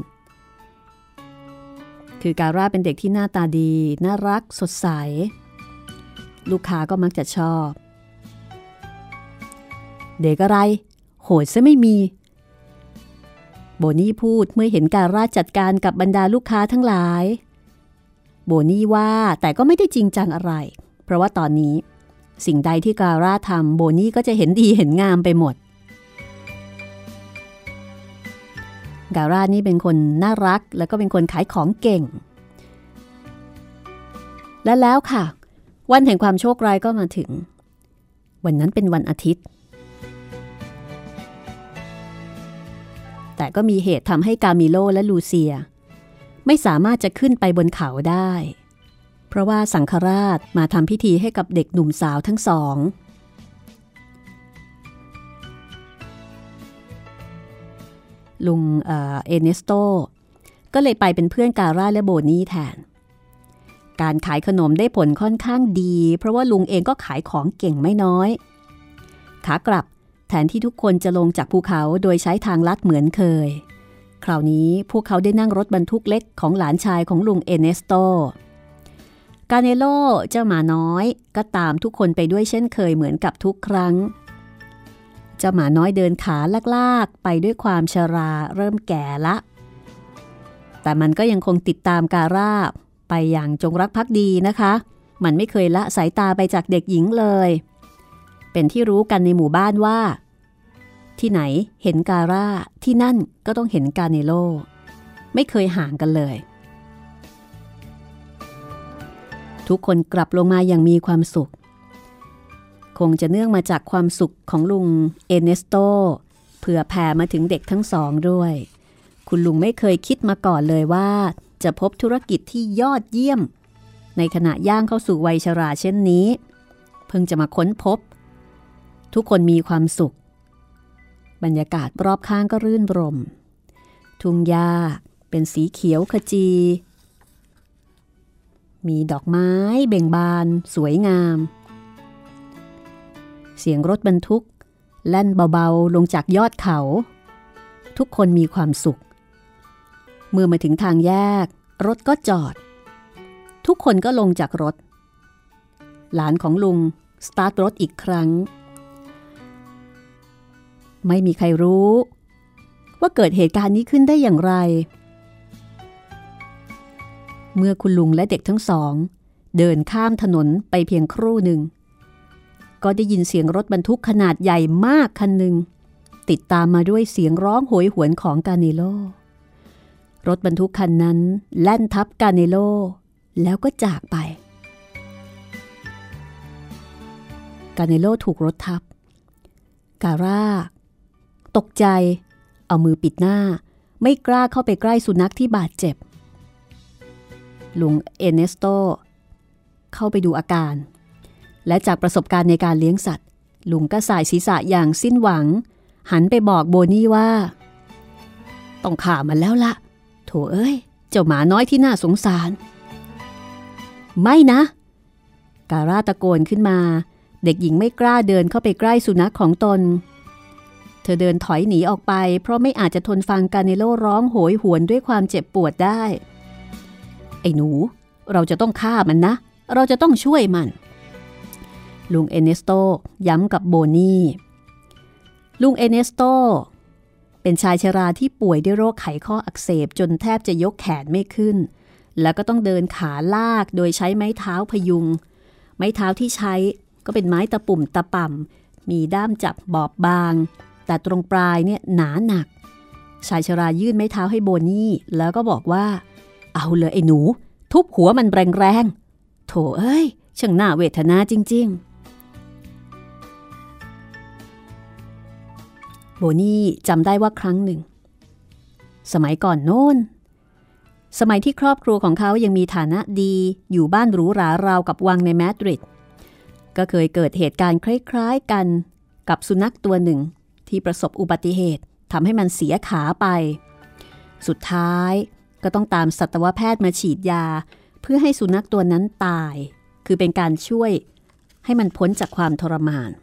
คือการ่าเป็นเด็กที่หน้าตาดีน่ารักสดใสลูกค้าก็มักจะชอบเด็กอะไรโหดซะไม่มีโบนี่พูดเมื่อเห็นการ่าจัดการกับบรรดาลูกค้าทั้งหลายโบนี่ว่าแต่ก็ไม่ได้จริงจังอะไรเพราะว่าตอนนี้สิ่งใดที่การ่าทำโบนี่ก็จะเห็นดีเห็นงามไปหมดการ่านี่เป็นคนน่ารักแล้วก็เป็นคนขายของเก่งและแล้วค่ะวันแห่งความโชคร้ายก็มาถึงวันนั้นเป็นวันอาทิตย์แต่ก็มีเหตุทำให้กามิโลและลูเซียไม่สามารถจะขึ้นไปบนเขาได้เพราะว่าสังฆราชมาทำพิธีให้กับเด็กหนุ่มสาวทั้งสองลุงเอ่อเอเนสโตก็เลยไปเป็นเพื่อนการ่าและโบนี่แทนการขายขนมได้ผลค่อนข้างดีเพราะว่าลุงเองก็ขายของเก่งไม่น้อยขากลับแทนที่ทุกคนจะลงจากภูเขาโดยใช้ทางลัดเหมือนเคยคราวนี้พวกเขาได้นั่งรถบรรทุกเล็กของหลานชายของลุงเอเนสโตกาเนโลเจ้าหมาน้อยก็ตามทุกคนไปด้วยเช่นเคยเหมือนกับทุกครั้งเจ้าหมาน้อยเดินขาลากๆไปด้วยความชราเริ่มแก่ละแต่มันก็ยังคงติดตามการ่าไปอย่างจงรักภักดีนะคะมันไม่เคยละสายตาไปจากเด็กหญิงเลยเป็นที่รู้กันในหมู่บ้านว่าที่ไหนเห็นการ่าที่นั่นก็ต้องเห็นกาเนโลไม่เคยห่างกันเลยทุกคนกลับลงมาอย่างมีความสุขคงจะเนื่องมาจากความสุขของลุงเอเนสโตเผื่อแผ่มาถึงเด็กทั้งสองด้วยคุณลุงไม่เคยคิดมาก่อนเลยว่าจะพบธุรกิจที่ยอดเยี่ยมในขณะย่างเข้าสู่วัยชราเช่นนี้เพิ่งจะมาค้นพบทุกคนมีความสุขบรรยากาศรอบข้างก็รื่นรมทุ่งหญ้าเป็นสีเขียวขจีมีดอกไม้เบ่งบานสวยงามเสียงรถบรรทุกแล่นเบาๆลงจากยอดเขาทุกคนมีความสุขเมื่อมาถึงทางแยกรถก็จอดทุกคนก็ลงจากรถหลานของลุงสตาร์ทรถอีกครั้งไม่มีใครรู้ว่าเกิดเหตุการณ์นี้ขึ้นได้อย่างไรเมื่อคุณลุงและเด็กทั้งสองเดินข้ามถนนไปเพียงครู่หนึ่งก็ได้ยินเสียงรถบรรทุกขนาดใหญ่มากคันหนึ่งติดตามมาด้วยเสียงร้องโหยหวนของกาเนโลรถบรรทุกคันนั้นแล่นทับกาเนโลแล้วก็จากไปกาเนโลถูกรถทับการ่าตกใจเอามือปิดหน้าไม่กล้าเข้าไปใกล้สุนัขที่บาดเจ็บลุงเอเนสโตเข้าไปดูอาการและจากประสบการณ์ในการเลี้ยงสัตว์ลุงก็สายศีรษะอย่างสิ้นหวังหันไปบอกโบนี่ว่าต้องฆ่ามันแล้วล่ะโถเอ้ยเจ้าหมาน้อยที่น่าสงสารไม่นะการ่าตะโกนขึ้นมาเด็กหญิงไม่กล้าเดินเข้าไปใกล้สุนัขของตนเธอเดินถอยหนีออกไปเพราะไม่อาจจะทนฟังกาเนโลร้องโหยหวนด้วยความเจ็บปวดได้ไอ้หนูเราจะต้องฆ่ามันนะเราจะต้องช่วยมันลุงเอเนสโตย้ำกับโบนี่ลุงเอเนสโตเป็นชายชราที่ป่วยด้วยโรคไขข้ออักเสบจนแทบจะยกแขนไม่ขึ้นแล้วก็ต้องเดินขาลากโดยใช้ไม้เท้าพยุงไม้เท้าที่ใช้ก็เป็นไม้ตะปุ่มตะป่ำมีด้ามจับบอบบางแต่ตรงปลายเนี่ยหนาหนักชายชรายื่นไม้เท้าให้โบนี่แล้วก็บอกว่าเอาเลยไอ้หนูทุบหัวมันแรงๆโถเอ้ยช่างน่าเวทนาจริงๆโบนี่จำได้ว่าครั้งหนึ่งสมัยก่อนโน้นสมัยที่ครอบครัวของเขายังมีฐานะดีอยู่บ้านหรูหราราวกับวังในมาดริดก็เคยเกิดเหตุการณ์คล้ายๆกันกับสุนัขตัวหนึ่งที่ประสบอุบัติเหตุทำให้มันเสียขาไปสุดท้ายก็ต้องตามสัตวแพทย์มาฉีดยาเพื่อให้สุนัขตัวนั้นตายคือเป็นการช่วยให้มันพ้นจากความทรมาน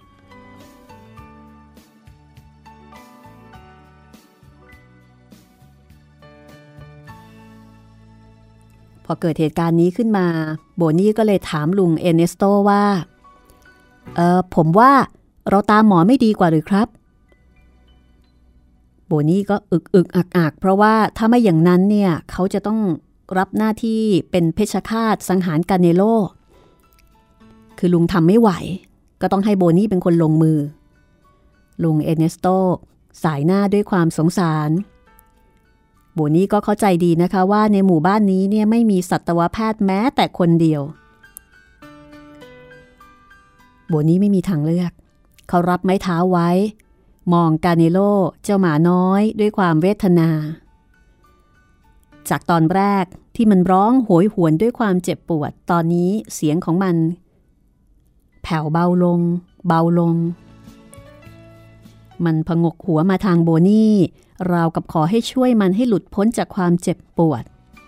พอเกิดเหตุการณ์นี้ขึ้นมาโบนี่ก็เลยถามลุงเอเนสโตว่าเออผมว่าเราตามหมอไม่ดีกว่าหรือครับโบนี่ก็อึกอึกอักอักเพราะว่าถ้าไม่อย่างนั้นเนี่ยเขาจะต้องรับหน้าที่เป็นเพชฌฆาตสังหารกาเนโลคือลุงทำไม่ไหวก็ต้องให้โบนี่เป็นคนลงมือลุงเอเนสโตสายหน้าด้วยความสงสารโบนี่ก็เข้าใจดีนะคะว่าในหมู่บ้านนี้เนี่ยไม่มีสัตวแพทย์แม้แต่คนเดียวโบนี่ไม่มีทางเลือกเขารับไม้เท้าไว้มองกาเนโลเจ้าหมาน้อยด้วยความเวทนาจากตอนแรกที่มันร้องโหยหวนด้วยความเจ็บปวดตอนนี้เสียงของมันแผ่วเบาลงเบาลงมันผงกหัวมาทางโบนี่ราวกับขอให้ช่วยมันให้หลุดพ้นจากความเจ็บปวด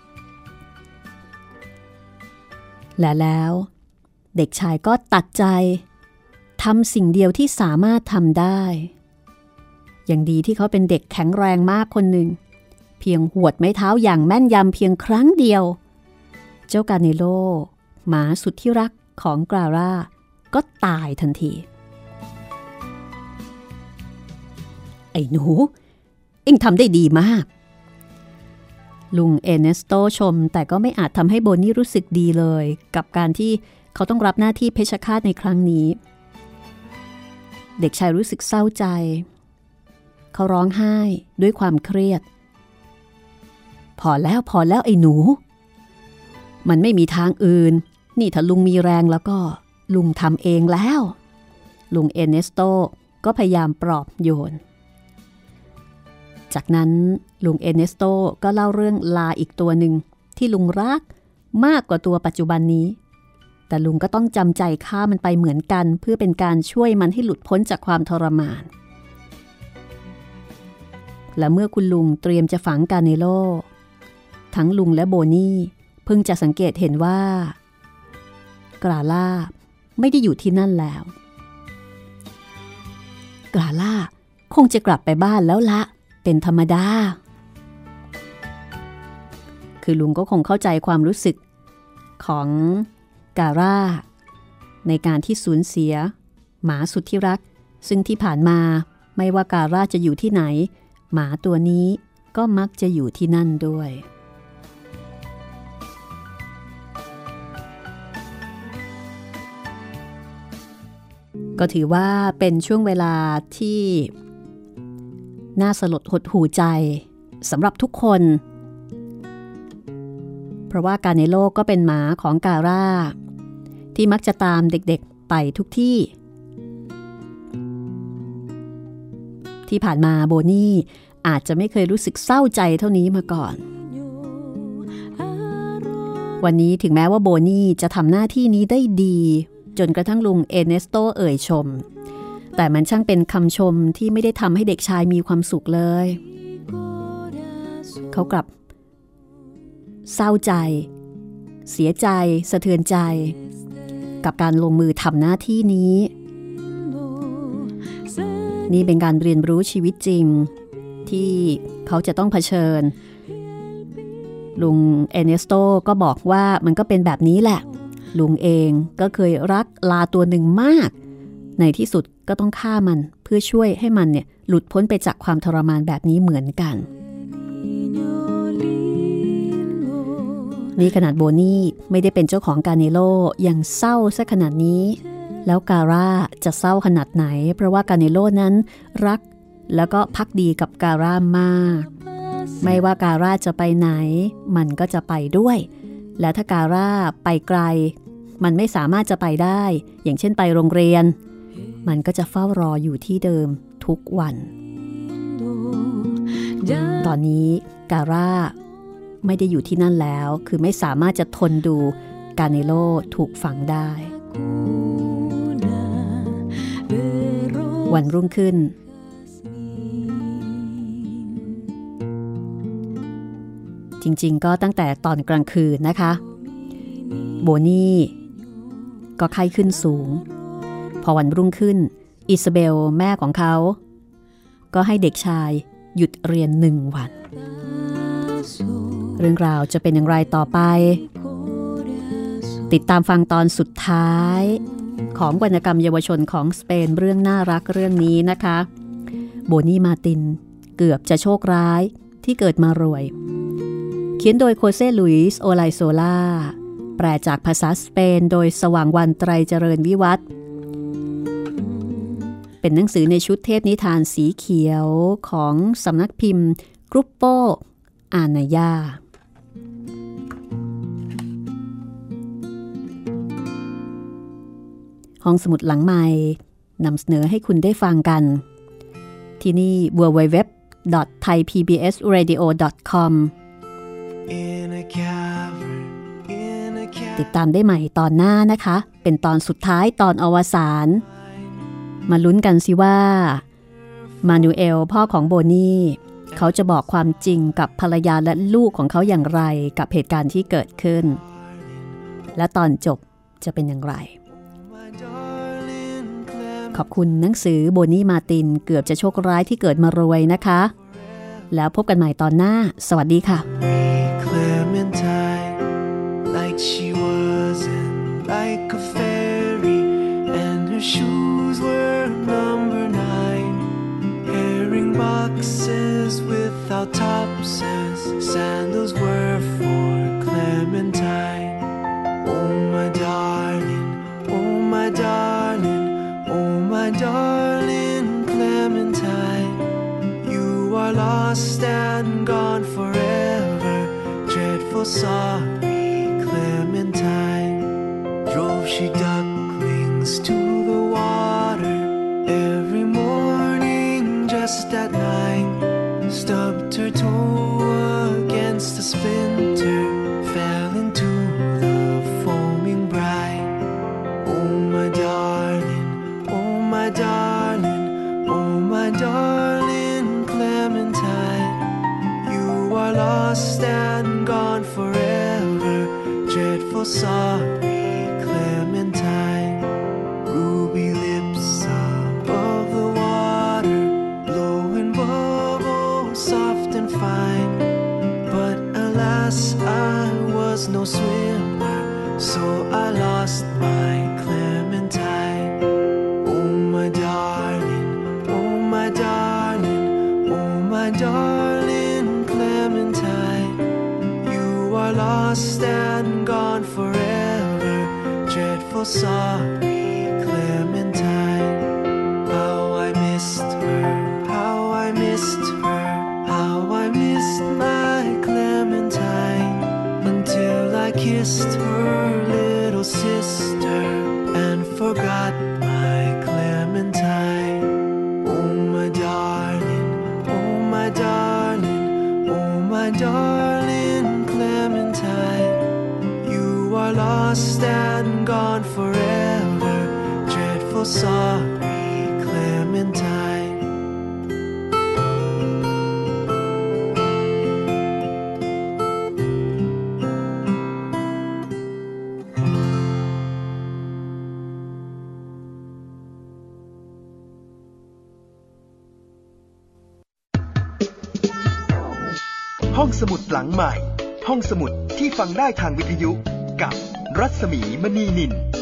และแล้วเด็กชายก็ตัดใจทำสิ่งเดียวที่สามารถทำได้อย่างดีที่เขาเป็นเด็กแข็งแรงมากคนหนึ่งเพียงหวดไม้เท้าอย่างแม่นยำเพียงครั้งเดียวเจ้ากาเนโลหมาสุดที่รักของกราร่าก็ตายทันทีไอ้หนูเอ็งทำได้ดีมากลุงเอเนสโตชมแต่ก็ไม่อาจทำให้โบนี่รู้สึกดีเลยกับการที่เขาต้องรับหน้าที่เพชฌฆาตในครั้งนี้เด็กชายรู้สึกเศร้าใจเขาร้องไห้ด้วยความเครียดพอแล้วพอแล้วไอ้หนูมันไม่มีทางอื่นนี่ถ้าลุงมีแรงแล้วก็ลุงทำเองแล้วลุงเอเนสโตก็พยายามปลอบโยนจากนั้นลุงเอเนสโตก็เล่าเรื่องลาอีกตัวหนึ่งที่ลุงรักมากกว่าตัวปัจจุบันนี้แต่ลุงก็ต้องจำใจฆ่ามันไปเหมือนกันเพื่อเป็นการช่วยมันให้หลุดพ้นจากความทรมานและเมื่อคุณลุงเตรียมจะฝังกาเนโลทั้งลุงและโบนี่เพิ่งจะสังเกตเห็นว่ากราล่าไม่ได้อยู่ที่นั่นแล้วกราล่าคงจะกลับไปบ้านแล้วละเป็นธรรมดาคือลุงก็คงเข้าใจความรู้สึกของการ่าในการที่สูญเสียหมาสุดที่รักซึ่งที่ผ่านมาไม่ว่าการ่าจะอยู่ที่ไหนหมาตัวนี้ก็มักจะอยู่ที่นั่นด้วยก็ถือว่าเป็นช่วงเวลาที่น่าสลดหดหู่ใจสำหรับทุกคนเพราะว่ากาเนโลก็เป็นหมาของการ่าที่มักจะตามเด็กๆไปทุกที่ที่ผ่านมาโบนี่อาจจะไม่เคยรู้สึกเศร้าใจเท่านี้มาก่อนวันนี้ถึงแม้ว่าโบนี่จะทำหน้าที่นี้ได้ดีจนกระทั่งลุงเอเนสโตเอ่ยชมแต่มันช่างเป็นคำชมที่ไม่ได้ทำให้เด็กชายมีความสุขเลยเขากลับเศร้าใจเสียใจสะเทือนใจกับการลงมือทำหน้าที่นี้นี่เป็นการเรียนรู้ชีวิตจริงที่เขาจะต้องเผชิญลุงเอเนสโตก็บอกว่ามันก็เป็นแบบนี้แหละลุงเองก็เคยรักลาตัวหนึ่งมากในที่สุดก็ต้องฆ่ามันเพื่อช่วยให้มันเนี่ยหลุดพ้นไปจากความทรมานแบบนี้เหมือนกันนี่ขนาดโบนี่ไม่ได้เป็นเจ้าของกาเนโลยังเศร้าซะขนาดนี้แล้วการ่าจะเศร้าขนาดไหนเพราะว่ากาเนโลนั้นรักแล้วก็ภักดีกับการ่ามากไม่ว่าการ่าจะไปไหนมันก็จะไปด้วยและถ้าการ่าไปไกลมันไม่สามารถจะไปได้อย่างเช่นไปโรงเรียนมันก็จะเฝ้ารออยู่ที่เดิมทุกวันตอนนี้การ่าไม่ได้อยู่ที่นั่นแล้วคือไม่สามารถจะทนดูกาเนโลถูกฝังได้วันรุ่งขึ้นจริงๆก็ตั้งแต่ตอนกลางคืนนะคะโบนี่ก็ไข้ขึ้นสูงพอวันรุ่งขึ้นอิซาเบลแม่ของเขาก็ให้เด็กชายหยุดเรียนหนึ่งวันเรื่องราวจะเป็นอย่างไรต่อไปติดตามฟังตอนสุดท้ายของวรรณกรรมเยาวชนของสเปนเรื่องน่ารักเรื่องนี้นะคะโบนี่มาตินเกือบจะโชคร้ายที่เกิดมารวยเขียนโดยโคเซลุยส์โอไลโซลาแปลจากภาษาสเปนโดยสว่างวันไตรเจริญวิวัฒน์เป็นหนังสือในชุดเทพนิทานสีเขียวของสำนักพิมพ์กรุ๊ปโปอานายาห้องสมุดหลังใหม่นำเสนอให้คุณได้ฟังกันที่นี่ ดับเบิลยู ดับเบิลยู ดับเบิลยู ดอท ไทย พี บี เอส เรดิโอ ดอท คอม ติดตามได้ใหม่ตอนหน้านะคะเป็นตอนสุดท้ายตอนอวสานมาลุ้นกันสิว่ามานูเอลพ่อของโบนี่เขาจะบอกความจริงกับภรรยาและลูกของเขาอย่างไรกับเหตุการณ์ที่เกิดขึ้นและตอนจบจะเป็นอย่างไรขอบคุณหนังสือโบนี่มาตินเกือบจะโชคร้ายที่เกิดมารวยนะคะแล้วพบกันใหม่ตอนหน้าสวัสดีค่ะ Like she wasn't like a fairy, and her shoes were number nine. Herring boxes without topses, sandals were for Clementine. Oh my darling, oh my darling, oh my darling Clementine. You are lost and gone forever, dreadful sorry.Clementine drove she ducklings to the water every morning just at nine. Stubbed her toe against a splinter, fell into the foaming brine. Oh my darling, oh my darling, oh my darling Clementine. You are lost and gone forever.Dreadful sorry Clementine. Ruby lips above the water, blowing bubbles soft and fine. But alas, I was no swimmer, so I lost my Clementine. Oh my darling, oh my darling, oh my darling Clementine.You are lost and gone forever, dreadful sorry Clementine. How I missed her, how I missed her, how I missed my Clementine, until I kissed her little sister and forgot my Clementine. Oh my darling, oh my darling, oh my darling Clementine. You are lost and gone forever, dreadful sorry Clementine. ห้องสมุดหลังใหม่ห้องสมุดที่ฟังได้ทางวิทยุกับรัศมีมณีนิน